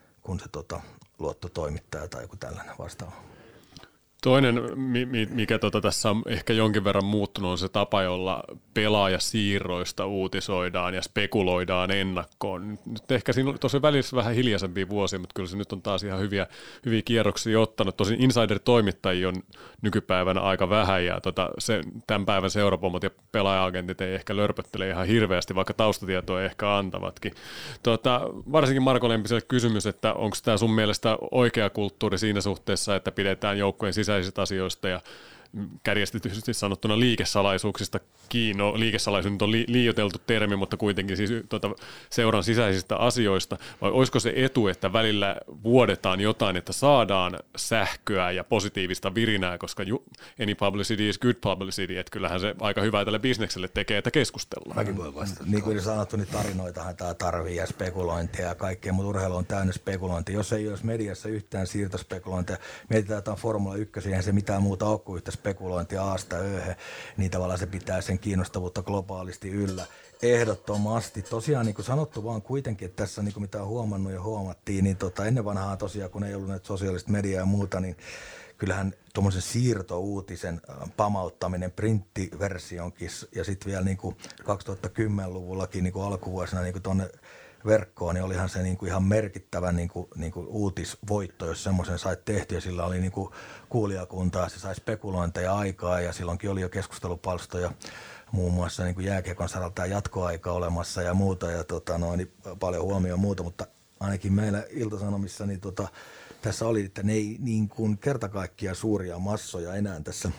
luottotoimittaja tai joku tällainen vastaava. Toinen, mikä tässä on ehkä jonkin verran muuttunut, on se tapa, jolla pelaajasiirroista uutisoidaan ja spekuloidaan ennakkoon. Nyt ehkä siinä oli tosi välissä vähän hiljaisempia vuosia, mutta kyllä se nyt on taas ihan hyviä kierroksia ottanut. Tosin insider-toimittajia on nykypäivänä aika vähän ja tämän päivän seurapomot ja pelaaja-agentit ei ehkä lörpöttele ihan hirveästi, vaikka taustatietoa ehkä antavatkin. Varsinkin Marko Lempiselle kysymys, että onko tämä sun mielestä oikea kulttuuri siinä suhteessa, että pidetään joukkueen sisäisistä asioista ja kärjestetysti sanottuna liikesalaisuuksista kiinni. Liikesalaisuus nyt on liioiteltu termi, mutta kuitenkin siis seuran sisäisistä asioista. Vai olisiko se etu, että välillä vuodetaan jotain, että saadaan sähköä ja positiivista virinää, koska any publicity is good publicity, että kyllähän se aika hyvää tälle bisnekselle tekee, että keskustellaan. Mäkin voi vastata. Niin kuin sanottu, niin tarinoitahan tämä tarvii ja spekulointia ja kaikkea, mutta urheilu on täynnä spekulointia. Jos ei olisi mediassa yhtään siirtospekulointia, mietitään jotain Formula 1, eihän se mitään muuta ole kuin yhtä spekulointia aasta ööhön, niin tavallaan se pitää sen kiinnostavuutta globaalisti yllä. Ehdottomasti. Tosiaan niin kuin sanottu vaan kuitenkin, että tässä niin kuin mitä on huomannut ja huomattiin, niin ennen vanhaa tosiaan, kun ei ollut näitä sosiaalista mediaa ja muuta, niin kyllähän tuommoisen siirtouutisen pamauttaminen printtiversionkin ja sitten vielä niin kuin 2010-luvullakin niin kuin alkuvuosina niin kuin tuonne verkkoon, niin olihan se niinku ihan merkittävä niinku uutisvoitto, jos semmoisen sait tehtyä. Sillä oli niinku kuulijakuntaa, se sai spekulointeja aikaa ja silloinkin oli jo keskustelupalstoja muun muassa niinku jääkiekon saralta jatkoaika olemassa ja muuta ja niin paljon huomioon muuta, mutta ainakin meillä Ilta-Sanomissa niin tässä oli, että ne ei niin kuin kerta kaikkiaan suuria massoja enää tässä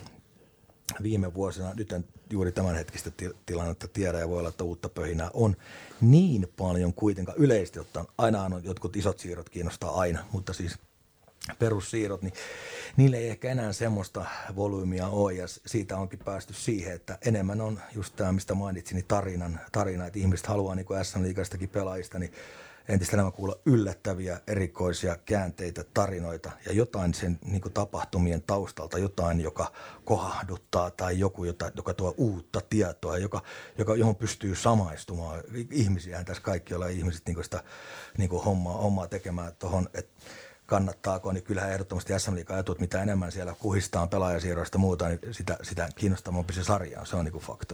viime vuosina, nyt en juuri tämänhetkistä tilannetta tiedä ja voi olla, että uutta pöhinää on niin paljon kuitenkaan yleisesti ottaen. Aina on jotkut isot siirrot kiinnostaa aina, mutta siis perussiirrot, niin niille ei ehkä enää semmoista volyymia ole ja siitä onkin päästy siihen, että enemmän on just tämä, mistä mainitsin, niin tarina, että ihmiset haluaa niin kuin SM-liigastakin pelaajista, niin entistä enemmän kuulla yllättäviä, erikoisia käänteitä, tarinoita ja jotain sen niin kuin tapahtumien taustalta, jotain, joka kohahduttaa tai joku, joka tuo uutta tietoa, johon pystyy samaistumaan. Ihmisiähän tässä kaikki ollaan ihmiset niin kuin sitä niin kuin hommaa tekemään tuohon, että kannattaako, niin kyllähän ehdottomasti SM-liigan etut, mitä enemmän siellä kuhistaan pelaajasiirroista ja muuta, niin sitä kiinnostavampi se sarja on, se on niin kuin fakta.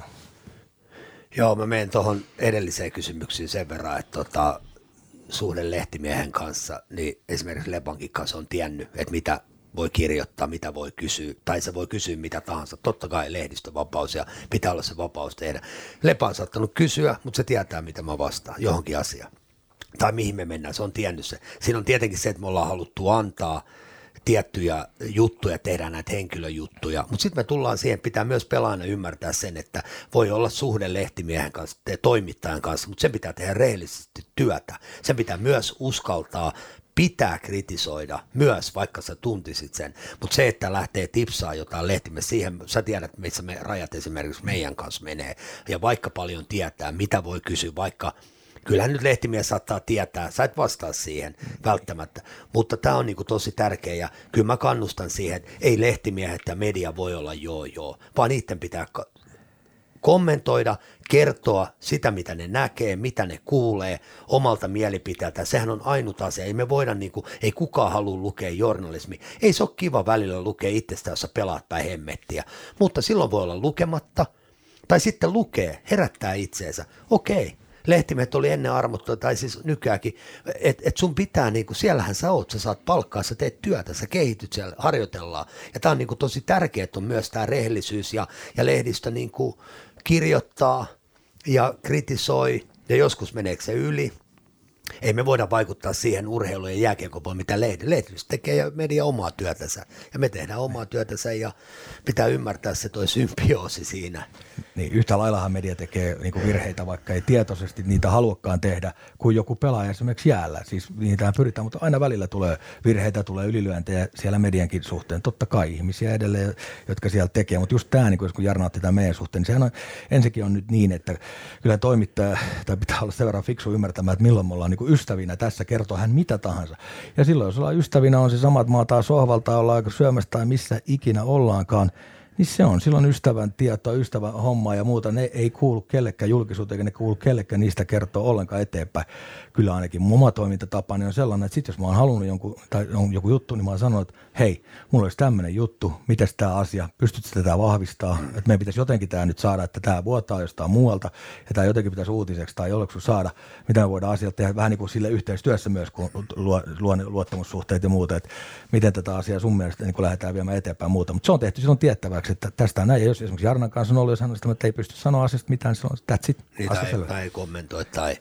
Joo, mä menen tuohon edelliseen kysymyksiin sen verran, että suhde lehtimiehen kanssa, niin esimerkiksi Lepankin kanssa on tiennyt, että mitä voi kirjoittaa, mitä voi kysyä, tai se voi kysyä mitä tahansa. Totta kai lehdistövapaus ja pitää olla se vapaus tehdä. Lepa on saattanut kysyä, mutta se tietää, mitä mä vastaan johonkin asiaan. Tai mihin me mennään, se on tiennyt se. Siinä on tietenkin se, että me ollaan haluttu antaa tiettyjä juttuja, tehdään näitä henkilöjuttuja, mutta sitten me tullaan siihen, pitää myös pelaajana ymmärtää sen, että voi olla suhde lehtimiehen kanssa, toimittajan kanssa, mutta sen pitää tehdä rehellisesti työtä. Sen pitää myös uskaltaa, pitää kritisoida myös, vaikka sä tuntisit sen, mutta se, että lähtee tipsaa jotain lehtimme, siihen sä tiedät, missä me rajat esimerkiksi meidän kanssa menee, ja vaikka paljon tietää, mitä voi kysyä, vaikka kyllähän nyt lehtimies saattaa tietää, sä et vastaa siihen välttämättä, mutta tämä on niinku tosi tärkeä ja kyllä mä kannustan siihen, että ei lehtimiehet ja media voi olla joo, vaan niiden pitää kommentoida, kertoa sitä, mitä ne näkee, mitä ne kuulee omalta mielipiteeltä. Sehän on ainut asia. Ei me voida, ei kukaan halua lukea journalismia. Ei se ole kiva välillä lukea itsestä, jos sä pelaat päin hemmettiä, mutta silloin voi olla lukematta tai sitten lukee, herättää itseensä. Okei. Lehtimet oli ennen armottua, tai siis nykyäänkin, että sun pitää, siellähän sä oot, sä saat palkkaa, sä teet työtä, sä kehityt siellä, harjoitellaan. Ja tää on tosi tärkeää, että on myös tämä rehellisyys ja lehdistö kirjoittaa ja kritisoi, ja joskus meneekö se yli. Ei me voida vaikuttaa siihen urheiluun ja jääkiekkoon, mitä lehdistö tekee ja media omaa työtänsä. Ja me tehdään omaa työtänsä ja pitää ymmärtää se toi symbioosi siinä. Niin, yhtä laillahan media tekee virheitä, vaikka ei tietoisesti niitä haluakaan tehdä, kuin joku pelaaja esimerkiksi jäällä. Siis niitähän pyritään, mutta aina välillä tulee virheitä, tulee ylilyöntejä siellä mediankin suhteen. Totta kai ihmisiä edelleen, jotka siellä tekee, mutta just tämä, kun Jarno otti tämän meidän suhteen, niin sehän on, ensinnäkin on nyt niin, että kyllä toimittaja, tai pitää olla sen verran fiksu ymmärtämään, että milloin me ollaan ystävinä tässä, kertoo hän mitä tahansa. Ja silloin, jos ollaan ystävinä, on se sama, että maataan sohvalta, ollaan aika syömässä tai missä ikinä ollaankaan, niin se on silloin ystävän tietoa, ystävän hommaa ja muuta. Ne ei kuulu kellekään julkisuuteen, eikä ne kuulu kellekään niistä kertoa ollenkaan eteenpäin. Kyllä ainakin mun oma toimintatapani on sellainen, että sitten jos mä oon halunnut joku juttu, niin mä oon sanonut, että hei, mulla olisi tämmöinen juttu, mitäs tämä asia, pystytkö tätä vahvistaa, että meidän pitäisi jotenkin tämä nyt saada, että tämä vuotaa jostain muualta, ja tämä jotenkin pitäisi uutiseksi tai jollekin saada, mitä me voidaan asialta tehdä, vähän niin kuin sille yhteistyössä myös, kun luo luottamussuhteet ja muuta, että miten tätä asiaa sun mielestä niin lähdetään viemään eteenpäin muuta, mutta se on tehty silloin tiettäväksi, että tästä näin, ja jos esimerkiksi Jarnan kanssa on ollut, jos hän on sitä, että ei pysty sanoa asiasta mitään, niin silloin that's it. Niin, tai ei kommentoi,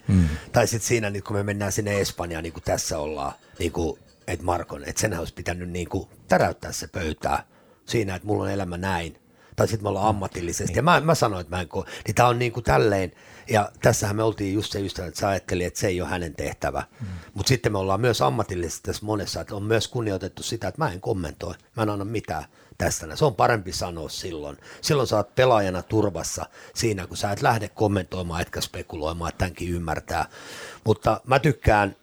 tai sitten siinä, niin kun me mennään sinne Espanjaan, niin kuin tässä ollaan, niin kuin, että Markon, että senhän olisi pitänyt niin kuin täräyttää se pöytää siinä, että mulla on elämä näin, tai sitten me ollaan ammatillisesti, ja mä sanoin, että niin tämä on niin kuin tälleen, ja tässähän me oltiin just se ystävä, että sä ajattelin, että se ei ole hänen tehtävä, mutta sitten me ollaan myös ammatillisesti tässä monessa, että on myös kunnioitettu sitä, että mä en kommentoi, mä en anna mitään tästä. Se on parempi sanoa silloin. Silloin sä oot pelaajana turvassa siinä, kun sä et lähde kommentoimaan, etkä spekuloimaan, että tämänkin ymmärtää. Mutta mä tykkään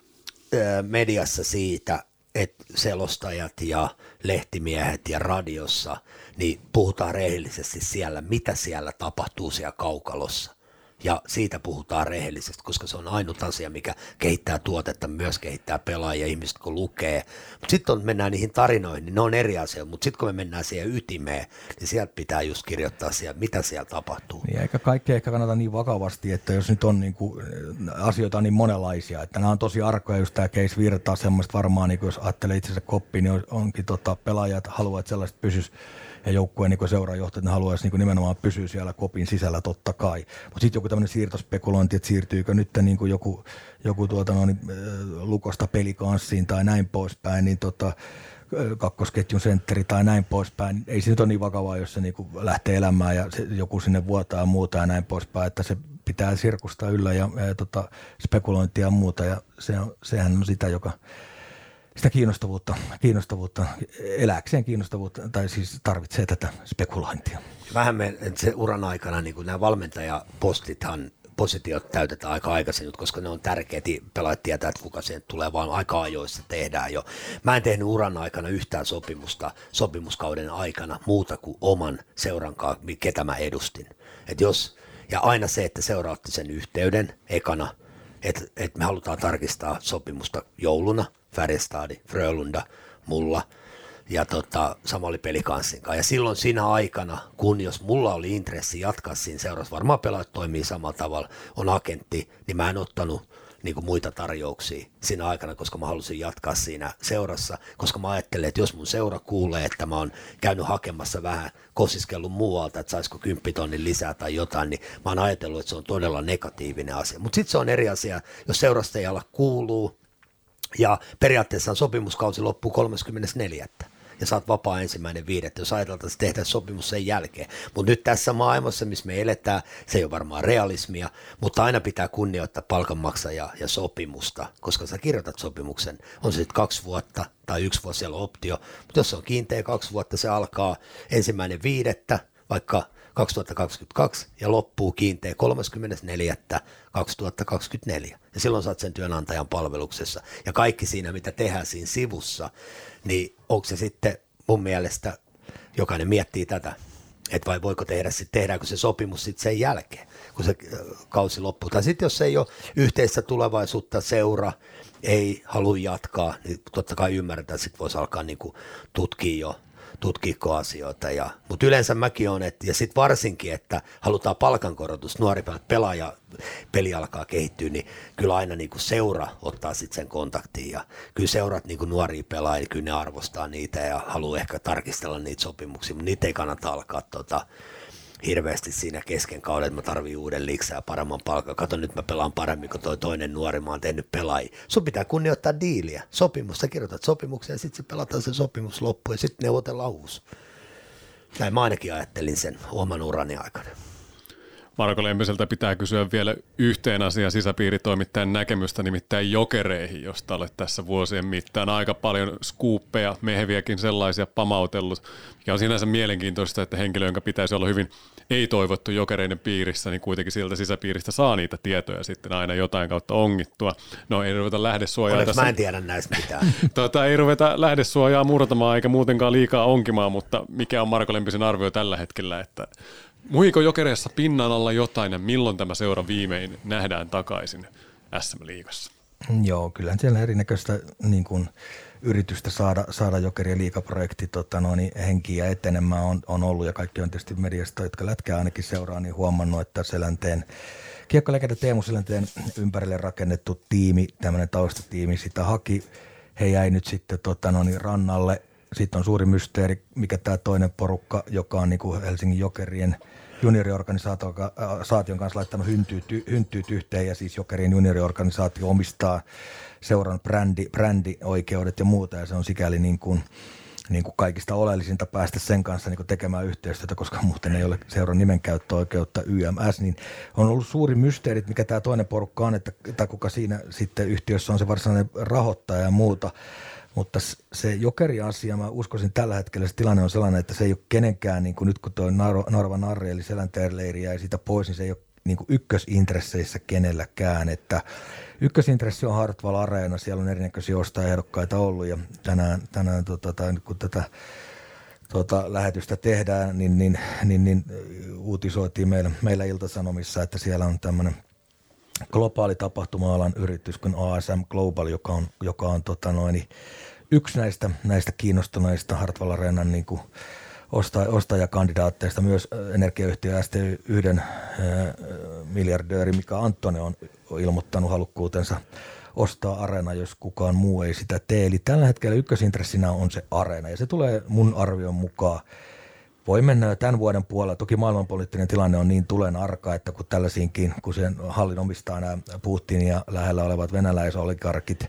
mediassa siitä, että selostajat ja lehtimiehet ja radiossa, niin puhutaan rehellisesti siellä, mitä siellä tapahtuu siellä kaukalossa. Ja siitä puhutaan rehellisesti, koska se on ainut asia, mikä kehittää tuotetta, myös kehittää pelaajia, ihmiset kun lukee. Mutta sitten kun mennään niihin tarinoihin, niin ne on eri asia. Mutta sitten kun me mennään siihen ytimeen, niin sieltä pitää just kirjoittaa siellä, mitä siellä tapahtuu. Niin, eikä kaikkea ehkä kannata niin vakavasti, että jos nyt on niinku asioita niin monenlaisia, että nämä on tosi arkoja, just tämä Case Virtaa, semmoista varmaan, niin jos ajattelee itsensä koppiin, niin onkin pelaajat haluaa, että sellaiset pysyisi. Ja joukkueen niin seurajohtajat, ne haluaisi niin nimenomaan pysyä siellä kopin sisällä totta kai. Mutta sitten joku tämmöinen siirtospekulointi, että siirtyykö nyt niin joku Lukosta Pelikanssiin tai näin poispäin, niin kakkosketjun sentteri tai näin poispäin. Ei se nyt ole niin vakavaa, jos se niin lähtee elämään ja joku sinne vuotaa ja muuta ja näin poispäin, että se pitää sirkusta yllä ja spekulointia ja muuta. Ja sehän on sitä, joka sitä kiinnostavuutta, elääkseen kiinnostavuutta, tai siis tarvitsee tätä spekulointia. Vähän se uran aikana, niin kuin nämä valmentajapostithan, positiot täytetään aika aikaisin, koska ne on tärkeitä, pelaajat tietää, että kuka siihen tulee, vaan aika ajoissa tehdään jo. Mä en tehnyt uran aikana yhtään sopimuskauden aikana muuta kuin oman seurankaan, ketä mä edustin. Ja aina se, että seura otti sen yhteyden ekana, että me halutaan tarkistaa sopimusta jouluna, Färjestad, Frölunda, mulla, ja sama oli Pelikanssin kanssa. Ja silloin siinä aikana, kun jos mulla oli intressi jatkaa siinä seurassa, varmaan pelaajat toimii samalla tavalla, on agentti, niin mä en ottanut niin kuin muita tarjouksia siinä aikana, koska mä halusin jatkaa siinä seurassa, koska mä ajattelin, että jos mun seura kuulee, että mä oon käynyt hakemassa vähän, kosiskellut muualta, että saisiko 10 tonnin lisää tai jotain, niin mä oon ajatellut, että se on todella negatiivinen asia. Mutta sitten se on eri asia, jos seurasta ei ala kuuluu, ja periaatteessa sopimuskausi loppuu 34. ja sä oot vapaa 1.5. Jos ajateltaisiin tehdä sopimus sen jälkeen. Mutta nyt tässä maailmassa, missä me eletään, se ei ole varmaan realismia, mutta aina pitää kunnioittaa palkanmaksajaa ja sopimusta, koska sä kirjoitat sopimuksen. On se sitten 2 vuotta tai 1 vuosi siellä optio, mutta jos se on kiinteä 2 vuotta, se alkaa 1.5. vaikka 2022 ja loppuu kiinteä 34.2024. Ja silloin saat sen työnantajan palveluksessa. Ja kaikki siinä, mitä tehdään siinä sivussa, niin onko se sitten mun mielestä, jokainen miettii tätä, että vai voiko tehdäänkö se sopimus sitten sen jälkeen, kun se kausi loppuu. Tai sitten jos ei ole yhteistä tulevaisuutta, seura ei halua jatkaa, niin totta kai ymmärretään, että sitten voisi alkaa niinku tutkia asioita. Mutta yleensä mäkin on, ja sitten varsinkin, että halutaan palkankorotus, nuori pelaaja, peli alkaa kehittyä, niin kyllä aina niinku seura ottaa sitten sen kontaktiin, ja kyllä seurat niinku nuoria pelaajia, kyllä ne arvostaa niitä ja haluaa ehkä tarkistella niitä sopimuksia, mutta niitä ei kannata alkaa hirveästi siinä kesken kauden, että mä tarvitsen uuden liiksää ja paremman palkan. Kato, nyt mä pelaan paremmin kuin toi toinen nuori, mä oon tehnyt pelaajia. Sun pitää kunnioittaa diiliä, sopimusta, kirjoitat sopimuksen ja sitten se pelataan se sopimus loppuun ja sitten neuvotellaan uusi. Näin mä ainakin ajattelin sen oman urani aikana. Marko Lempiseltä pitää kysyä vielä yhteen asiaan sisäpiiritoimittajan näkemystä, nimittäin Jokereihin, josta olet tässä vuosien mittaan aika paljon skuuppeja, meheviäkin sellaisia pamautellut, mikä on sinänsä mielenkiintoista, että henkilö, jonka pitäisi olla hyvin ei-toivottu Jokereiden piirissä, niin kuitenkin sieltä sisäpiiristä saa niitä tietoja sitten aina jotain kautta ongittua. No ei ruveta lähdesuojaa tässä. Mä en tiedä näistä mitään. Ei ruveta lähdesuojaa murtamaan eikä muutenkaan liikaa onkimaan, mutta mikä on Marko Lempisen arvio tällä hetkellä, että muhiko Jokereissa pinnan alla jotain ja milloin tämä seura viimein nähdään takaisin SM-liigassa? Joo, kyllähän siellä erinäköistä niin kuin yritystä saada Jokerien liigaprojekti henkiä etenemään on ollut, ja kaikki on tietysti mediasta, jotka lätkää ainakin seuraa, niin huomannut, että Selänteen kiekkolegenda Teemu Selänteen ympärille rakennettu tiimi, tämmöinen taustatiimi, sitä haki, he jäi nyt sitten rannalle. Sitten on suuri mysteeri, mikä tämä toinen porukka, joka on niin kuin Helsingin Jokerien junioriorganisaation kanssa laittanut hynttyyt yhteen, ja siis Jokerien junioriorganisaatio omistaa seuran brändioikeudet ja muuta, ja se on sikäli niin kuin kaikista oleellisinta päästä sen kanssa niin kuin tekemään yhteistyötä, koska muuten ei ole seuran nimenkäyttöoikeutta YMS, niin on ollut suuri mysteeri, mikä tämä toinen porukka on, että kuka siinä sitten yhtiössä on se varsinainen rahoittaja ja muuta. Mutta se Jokeri-asia, mä uskoisin tällä hetkellä se tilanne on sellainen, että se ei ole kenenkään, niin kuin nyt kun tuo Narva Narri eli Selänteen leiri jäi siitä pois, niin se ei ole niin kuin ykkösintresseissä kenelläkään. Että ykkösintressi on Hartwall Areena, siellä on erinäköisiä ostajaehdokkaita ollut, ja tänään kun tätä lähetystä tehdään, niin uutisoitiin meillä Ilta-Sanomissa, että siellä on tämmöinen globaali tapahtuma-alan yritys kuin ASM Global, joka on yksi näistä kiinnostuneista Hartwall Areenan niin kuin ostajakandidaatteista. Myös energiayhtiö ST1 miljardööri Mika Anttonen on ilmoittanut halukkuutensa ostaa Areena, jos kukaan muu ei sitä tee. Eli tällä hetkellä ykkösintressinä on se Areena, ja se tulee mun arvion mukaan. Voi mennä tämän vuoden puolella. Toki maailmanpoliittinen tilanne on niin tulen arka, että kun tällaisiinkin, kun sen hallin omistaa nämä Putin ja lähellä olevat venäläisoligarkit,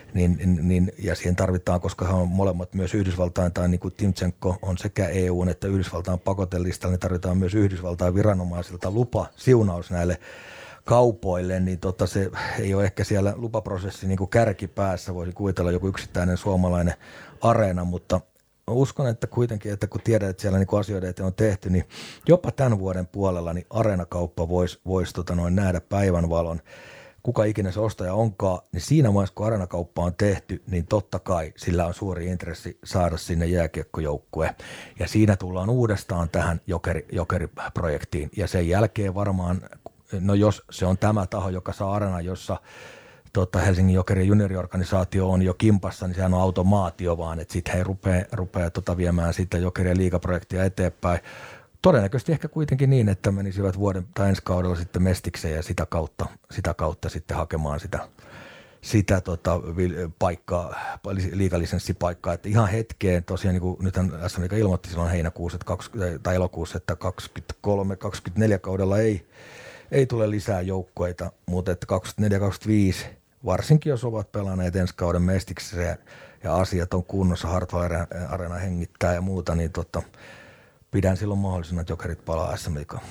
niin, ja siihen tarvitaan, koska he on molemmat myös Yhdysvaltain, tai niin kuin Timchenko on sekä EUn että Yhdysvaltain pakotelistalla, niin tarvitaan myös Yhdysvaltain viranomaisilta siunaus näille kaupoille, niin se ei ole ehkä siellä lupaprosessi niin kuin kärkipäässä, voisi kuvitella joku yksittäinen suomalainen Areena, mutta uskon, että kuitenkin, että kun tiedät, että siellä niin asioiden eteen on tehty, niin jopa tämän vuoden puolella niin Areenakauppa voisi nähdä päivänvalon. Kuka ikinä se ostaja onkaan, niin siinä vaiheessa, kun Areenakauppa on tehty, niin totta kai sillä on suuri intressi saada sinne jääkiekkojoukkue. Ja siinä tullaan uudestaan tähän Jokeri-projektiin. Ja sen jälkeen varmaan, no jos se on tämä taho, joka saa Areenan, jossa Helsingin Jokerien junioriorganisaatio on jo kimpassa, niin sehän on automaatio vaan, että sitten he rupeaa viemään sitä Jokerien liigaprojektia eteenpäin. Todennäköisesti ehkä kuitenkin niin, että menisivät vuoden tai ensi kaudella sitten Mestikseen ja sitä kautta sitten hakemaan sitä paikkaa, liigalisenssipaikkaa. Että ihan hetkeen tosiaan, niin kuin nythän SM Liiga ilmoitti silloin heinäkuussa tai elokuussa, että 23-24 kaudella ei tule lisää joukkoita, mutta että 24-25, varsinkin jos ovat pelanneet ensi kauden Mestikseen ja asiat on kunnossa, Hartwall Areena hengittää ja muuta, niin pidän silloin mahdollisena, että Jokerit palaa SM Liigaan.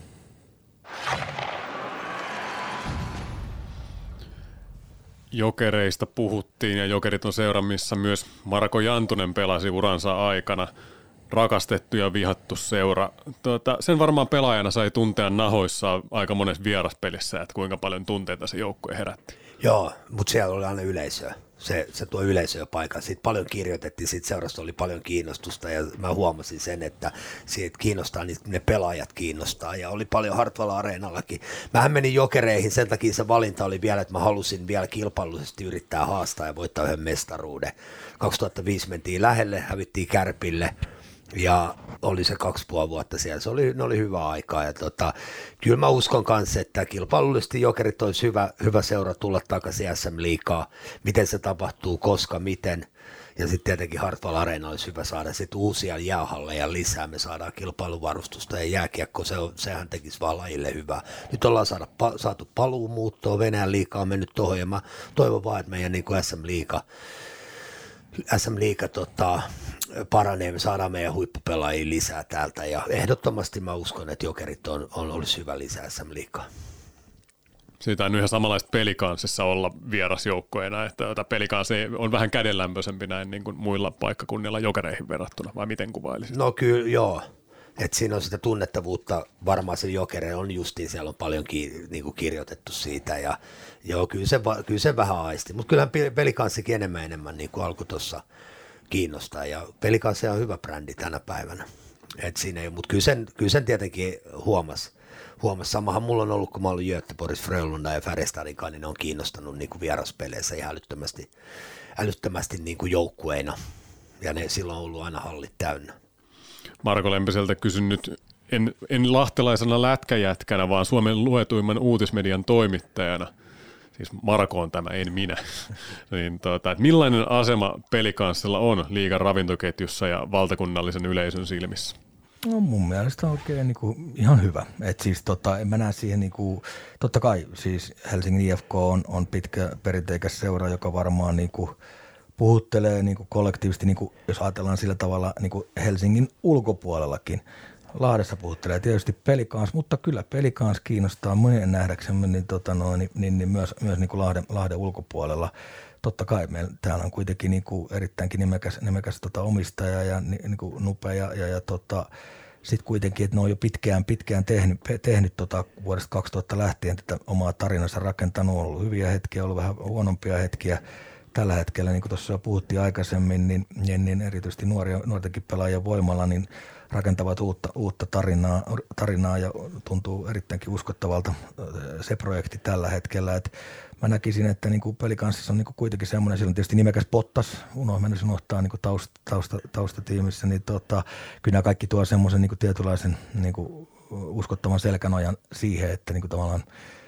Jokereista puhuttiin ja Jokerit on seura, missä myös Marko Jantunen pelasi uransa aikana. Rakastettu ja vihattu seura. Sen varmaan pelaajana sai tuntea nahoissaan aika monessa vieraspelissä, että kuinka paljon tunteita se joukkue herätti. Joo, mutta siellä oli aina yleisöä. Se tuo yleisöä paikan. Siitä paljon kirjoitettiin, siitä seurasta oli paljon kiinnostusta ja mä huomasin sen, että siitä kiinnostaa, niin ne pelaajat kiinnostaa ja oli paljon Hartwall Areenallakin. Mähän menin Jokereihin, sen takia se valinta oli vielä, että mä halusin vielä kilpailullisesti yrittää haastaa ja voittaa yhden mestaruuden. 2005 mentiin lähelle, hävittiin Kärpille. Ja oli se 2,5 vuotta siellä, ne oli hyvä aikaa ja kyllä mä uskon kanssa, että kilpailullisesti Jokerit olisi hyvä seura tulla takaisin SM Liigaan, miten se tapahtuu, koska, miten, ja sitten tietenkin Hartwall Areena olisi hyvä saada sitten uusia jäähalleja lisää, me saadaan kilpailuvarustusta ja jääkiekko, sehän tekisi vaan lajille hyvää. Nyt ollaan saatu paluumuuttoa, Venäjän liiga on mennyt tuohon ja mä toivon vaan, että meidän niin kuin SM Liiga paranee, me saadaan meidän huippupelaajia lisää täältä ja ehdottomasti mä uskon, että Jokerit olisi hyvä lisää SM Liigaan. Siitä on ihan samanlaista Pelicansissa olla vierasjoukkoina, että Pelicans on vähän kädenlämpöisempi näin niin kuin muilla paikkakunnilla Jokereihin verrattuna, vai miten kuvailisit? No kyllä, joo. Että siinä on sitä tunnettavuutta, varmaan se Jokere on justiin, siellä on paljon niinku kirjoitettu siitä ja joo, kyllä se vähän aisti, mutta kyllähän Pelicansikin enemmän niin kuin alkoi tuossa kiinnostaa ja Pelicans on hyvä brändi tänä päivänä, mutta kyllä sen tietenkin huomasi. Samahan mulla on ollut, kun mä ollut Göteborgs, Frölunda ja Färjestadinkaan, niin ne on kiinnostanut niin kuin vieraspeleissä ihan älyttömästi niin kuin joukkueina ja ne silloin on ollut aina hallit täynnä. Marko Lempeseltä kysyn nyt, en lahtelaisena lätkäjätkänä, vaan Suomen luetuimman uutismedian toimittajana, siis Marko on tämä, en minä, niin että millainen asema Pelicansilla on liigan ravintoketjussa ja valtakunnallisen yleisön silmissä? No mun mielestä oikein niin kuin ihan hyvä. Et siis en mä näe siihen, niin kuin, totta kai siis Helsingin IFK on pitkä perinteikäs seura, joka varmaan niin kuin puhuttelee niin kuin kollektiivisesti, niin kuin, jos ajatellaan sillä tavalla niin kuin Helsingin ulkopuolellakin. Lahdessa puhuttelee tietysti Pelicans, mutta kyllä Pelicans kiinnostaa monien nähdäksemme niin myös niin kuin Lahden ulkopuolella. Totta kai meillä täällä on kuitenkin niin kuin erittäinkin nimekäs omistaja ja niin kuin Nupe ja sitten kuitenkin, että ne on jo pitkään tehnyt vuodesta 2000 lähtien tätä omaa tarinansa rakentanut. On ollut hyviä hetkiä, ollut vähän huonompia hetkiä. Tällä hetkellä, niin kuin tuossa jo puhuttiin aikaisemmin, niin erityisesti nuortenkin pelaajien voimalla niin rakentavat uutta tarinaa ja tuntuu erittäinkin uskottavalta se projekti tällä hetkellä. Et mä näkisin, että niin kuin Pelicansissa on niin kuin kuitenkin semmoinen, siellä on tietysti nimekäs Bottas, mennessä unohtaa niin kuin taustatiimissä, niin kyllä nämä kaikki tuo semmoisen niin kuin tietynlaisen niin kuin uskottavan selkänojan siihen, että niin kuin tavallaan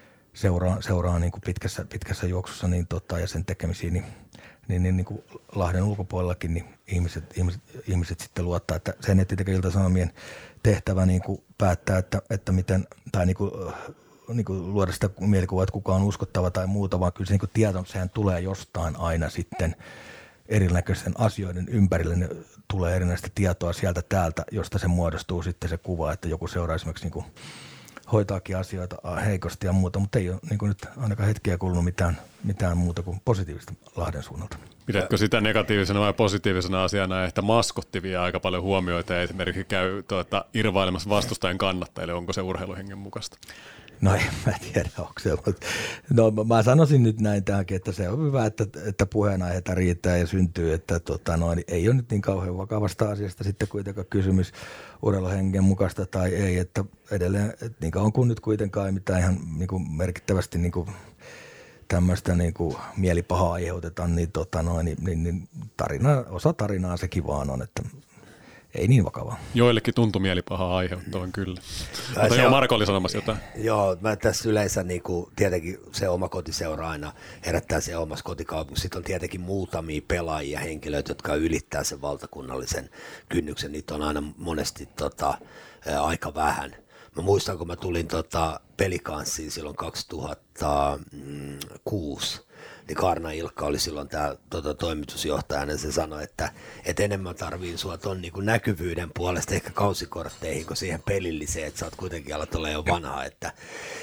seuraa niin kuin pitkässä juoksussa niin ja sen tekemisiin, niin kuin Lahden ulkopuolellakin niin ihmiset sitten luottaa, että sen ei tietenkään Ilta-Sanomien tehtävä niin kuin päättää, että miten, tai niin kuin luoda sitä mielikuvaa, että kuka on uskottava tai muuta, vaan kyllä se niin kuin tieto, sehän tulee jostain aina sitten erinäköisten asioiden ympärille, ne tulee erinäistä tietoa sieltä täältä, josta se muodostuu sitten se kuva, että joku seuraa esimerkiksi niin kuin hoitaakin asioita heikosti ja muuta, mutta ei ole niin kuin nyt ainakaan hetkiä kuulunut mitään muuta kuin positiivista Lahden suunnalta. Pidätkö sitä negatiivisena vai positiivisena asiana, että maskotti vie aika paljon huomioita ja esimerkiksi käy irvailemassa vastustajan kannattajille, onko se urheiluhengen mukaista? No en mä tiedä, onko se, mutta no mä sanoisin nyt näin tähänkin, että se on hyvä, että puheenaiheita riittää ja syntyy, että ei ole nyt niin kauhean vakavasta asiasta sitten kuitenkaan kysymys urheiluhengen mukaista tai ei, että edelleen, että niin kauan kun nyt kuitenkaan ei mitään ihan niin kuin merkittävästi niin kuin tämmöistä niin kuin mielipahaa aiheutetaan, niin, niin osa tarinaa sekin vaan on, että ei niin vakavaa. Joillekin tuntui mielipahaa aiheuttavan kyllä. Mutta joo, Marko oli sanomassa jotain. Joo, mä tässä yleensä niin kuin, tietenkin se oma kotiseura aina herättää se omassa kotikaupungissa. Sitten on tietenkin muutamia pelaajia, henkilöitä, jotka ylittää sen valtakunnallisen kynnyksen. Niitä on aina monesti aika vähän. Mä muistan, kun mä tulin Pelicansiin silloin 2006, niin Kaarna Ilkka oli silloin tämä toimitusjohtajana, se sanoi, että enemmän tarvii sua ton niin kuin näkyvyyden puolesta ehkä kausikortteihin kuin siihen pelilliseen, että sä oot kuitenkin alat olla jo vanha, että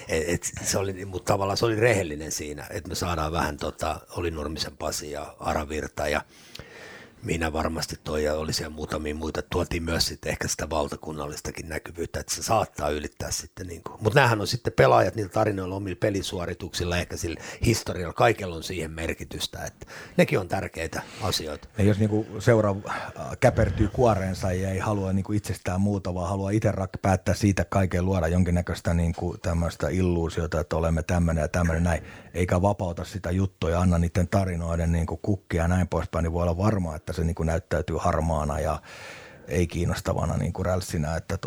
se oli, mutta tavallaan se oli rehellinen siinä, että me saadaan vähän Oli Nurmisen Pasi ja Ara Virta ja minä varmasti toi ja oli siellä muutamia muita, tuotiin myös sitten ehkä sitä valtakunnallistakin näkyvyyttä, että se saattaa ylittää sitten mutta näähän on sitten pelaajat niillä tarinoilla omilla pelisuorituksilla, ehkä sillä historialla, kaikella on siihen merkitystä, että nekin on tärkeitä asioita. Ja jos seura käpertyy kuoreensa ja ei halua itsestään muuta, vaan haluaa itse päättää siitä kaiken, luoda jonkinnäköistä tämmöistä illuusiota, että olemme tämmöinen ja tämmöinen näin, eikä vapauta sitä juttua ja anna niiden tarinoiden kukkia ja näin poispäin, niin voi olla varmaa, että se näyttäytyy harmaana ja ei kiinnostavana rälssinä, että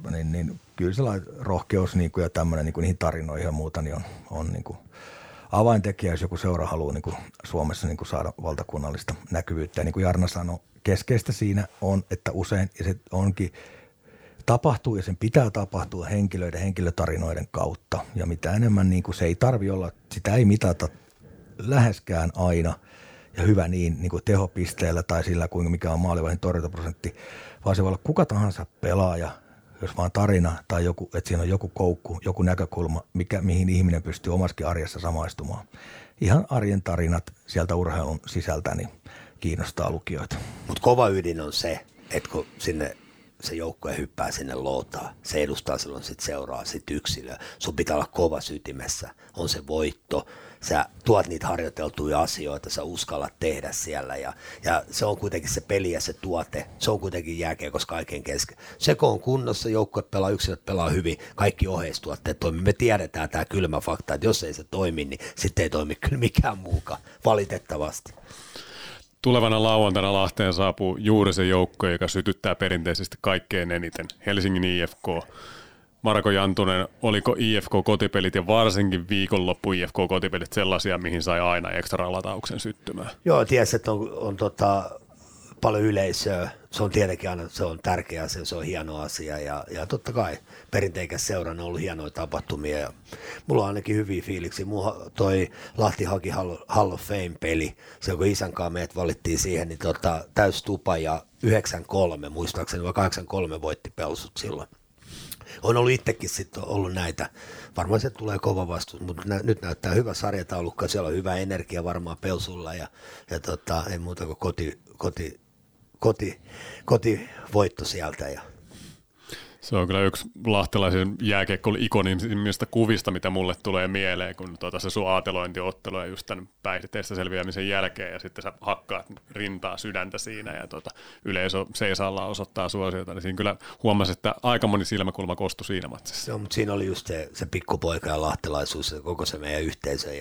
kyllä sellainen rohkeus ja tämmöinen niihin tarinoihin ja muuta niin on avaintekijä, jos joku seura haluaa Suomessa saada valtakunnallista näkyvyyttä. Ja niin kuin Jarno sanoi, keskeistä siinä on, että usein ja se onkin tapahtuu ja sen pitää tapahtua henkilötarinoiden kautta ja mitä enemmän se ei tarvitse olla, sitä ei mitata läheskään aina ja hyvä niin kuin tehopisteellä tai sillä, mikä on maalivahdin torjuntaprosentti, vaan se voi olla kuka tahansa pelaaja, jos vaan tarina tai joku, että siinä on joku koukku, joku näkökulma, mihin ihminen pystyy omaskin arjessa samaistumaan. Ihan arjen tarinat sieltä urheilun sisältä niin kiinnostaa lukijoita. Mutta kova ydin on se, että kun sinne se joukkue hyppää sinne lootaan, se edustaa silloin sit seuraa sit yksilöä. Sun pitää olla kova sytimessä, on se voitto. Sä tuot niitä harjoiteltuja asioita, sä uskallat tehdä siellä ja se on kuitenkin se peli ja se tuote, se on kuitenkin jääkiekossa kaiken kesken. Se kun on kunnossa, joukkue pelaa, yksilöt pelaa hyvin, kaikki oheistuotteet toimii. Me tiedetään tämä kylmä fakta, että jos ei se toimi, niin sitten ei toimi kyllä mikään muukaan, valitettavasti. Tulevana lauantaina Lahteen saapuu juuri se joukko, joka sytyttää perinteisesti kaikkein eniten, Helsingin IFK. Marko Jantunen, oliko IFK-kotipelit ja varsinkin viikonloppu IFK-kotipelit sellaisia, mihin sai aina ekstra latauksen syttymään? Joo, tiesi, että on paljon yleisöä. Se on tietenkin aina, se on tärkeä asia, se on hieno asia ja totta kai perinteikäs seurana on ollut hienoja tapahtumia ja mulla on ainakin hyviä fiiliksiä. Mulla toi Lahti haki Hall of Fame-peli, se kun isän kanssa meidät valittiin siihen, niin täys tupa ja 9-3 muistaakseni, vai 8-3 voitti Pelsut silloin. On ollut itsekin sitten ollut näitä, varmaan se tulee kova vastus, mutta nyt näyttää hyvä sarjataulukka, siellä on hyvä energia varmaan Pelsulla ja ei muuta kuin kotivoitto sieltä. Se on kyllä yksi lahtelaisen jääkiekko-ikonisimmista kuvista, mitä mulle tulee mieleen, kun se sun aatelointiottelu ja just tämän päihteestä selviämisen jälkeen ja sitten sä hakkaat rintaa sydäntä siinä ja yleisö seisaallaan osoittaa suosiota, niin siinä kyllä huomasi, että aika moni silmäkulma kostui siinä matsissa. Joo, mutta siinä oli just se pikkupoika ja lahtelaisuus ja koko se meidän yhteisö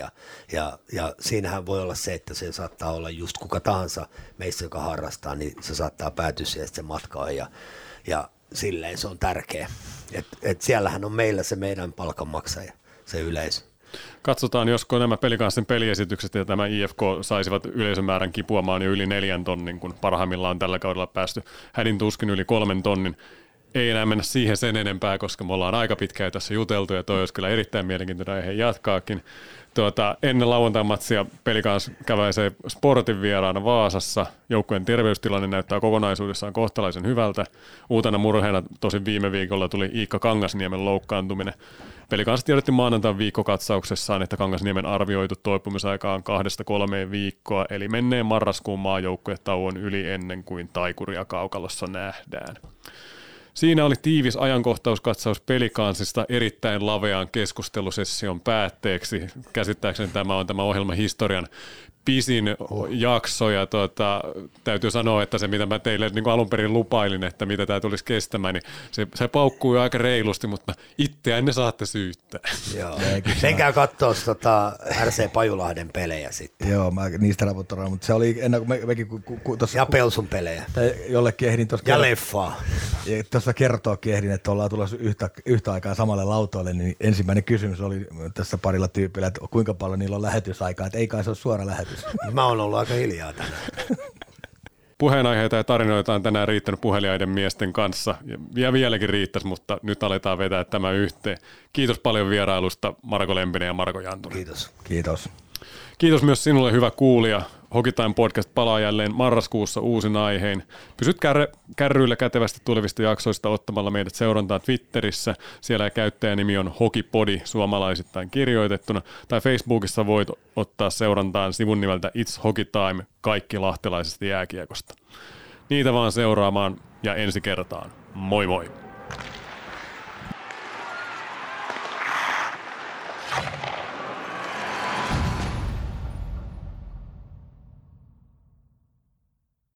ja siinähän voi olla se, että se saattaa olla just kuka tahansa meistä, joka harrastaa, niin se saattaa päätyä siihen se matkaan ja silleen se on tärkeä. Et siellähän on meillä se meidän palkanmaksaja, se yleisö. Katsotaan, josko nämä Pelikanssin peliesitykset ja tämä IFK saisivat yleisömäärän kipuamaan jo yli 4 tonnin, kun parhaimmillaan tällä kaudella päästy hädin tuskin yli 3 tonnin. Ei enää mennä siihen sen enempää, koska me ollaan aika pitkään tässä juteltu ja toi olisi kyllä erittäin mielenkiintoinen aihe jatkaakin. Ennen lauantai-matsia Pelikans käväisee Sportin vieraana Vaasassa. Joukkueen terveystilanne näyttää kokonaisuudessaan kohtalaisen hyvältä. Uutena murheena tosin viime viikolla tuli Iikka Kangasniemen loukkaantuminen. Pelikans tiedotti maanantain viikkokatsauksessaan, että Kangasniemen arvioitu toipumisaika on 2-3 viikkoa, eli menneen marraskuun maajoukkuetauon yli ennen kuin taikuria kaukalossa nähdään. Siinä oli tiivis ajankohtauskatsaus Pelikansista erittäin laveaan keskustelusession päätteeksi. Käsittääkseni tämä on tämä ohjelman historian pisin jakso ja täytyy sanoa, että se mitä mä teille niin alun perin lupailin, että mitä tämä tulisi kestämään, niin se paukkuu aika reilusti, mutta itseään ne saatte syyttää. Joo, menkää katsoa RC Pajulahden pelejä sitten. Joo, mä niistä raportoidaan, mutta se oli ennen kuin mekin tuossa... Ja Pelsun pelejä. Jollekin ehdin tuossa... Ja leffaa. Tuossa kertookin ehdin, että ollaan tulossa yhtä aikaa samalle lautoille, niin ensimmäinen kysymys oli tässä parilla tyypillä, että kuinka paljon niillä on lähetysaikaa, että ei kai se ole suora lähetys. Mä oon ollut aika hiljaa tänään. Puheenaiheita ja tarinoita on tänään riittänyt puheliaiden miesten kanssa ja vieläkin riittäisi, mutta nyt aletaan vetää tämä yhteen. Kiitos paljon vierailusta Marko Lempinen ja Marko Jantunen. Kiitos. Kiitos. Kiitos myös sinulle, hyvä kuulija. Hockeytime podcast palaa jälleen marraskuussa uusin aihein. Pysyt kärryillä kätevästi tulevista jaksoista ottamalla meidät seurantaan Twitterissä. Siellä käyttäjänimi on Hockeypodi suomalaisittain kirjoitettuna. Tai Facebookissa voit ottaa seurantaan sivun nimeltä It's Hockeytime, kaikki lahtelaisesta jääkiekosta. Niitä vaan seuraamaan ja ensi kertaan. Moi moi!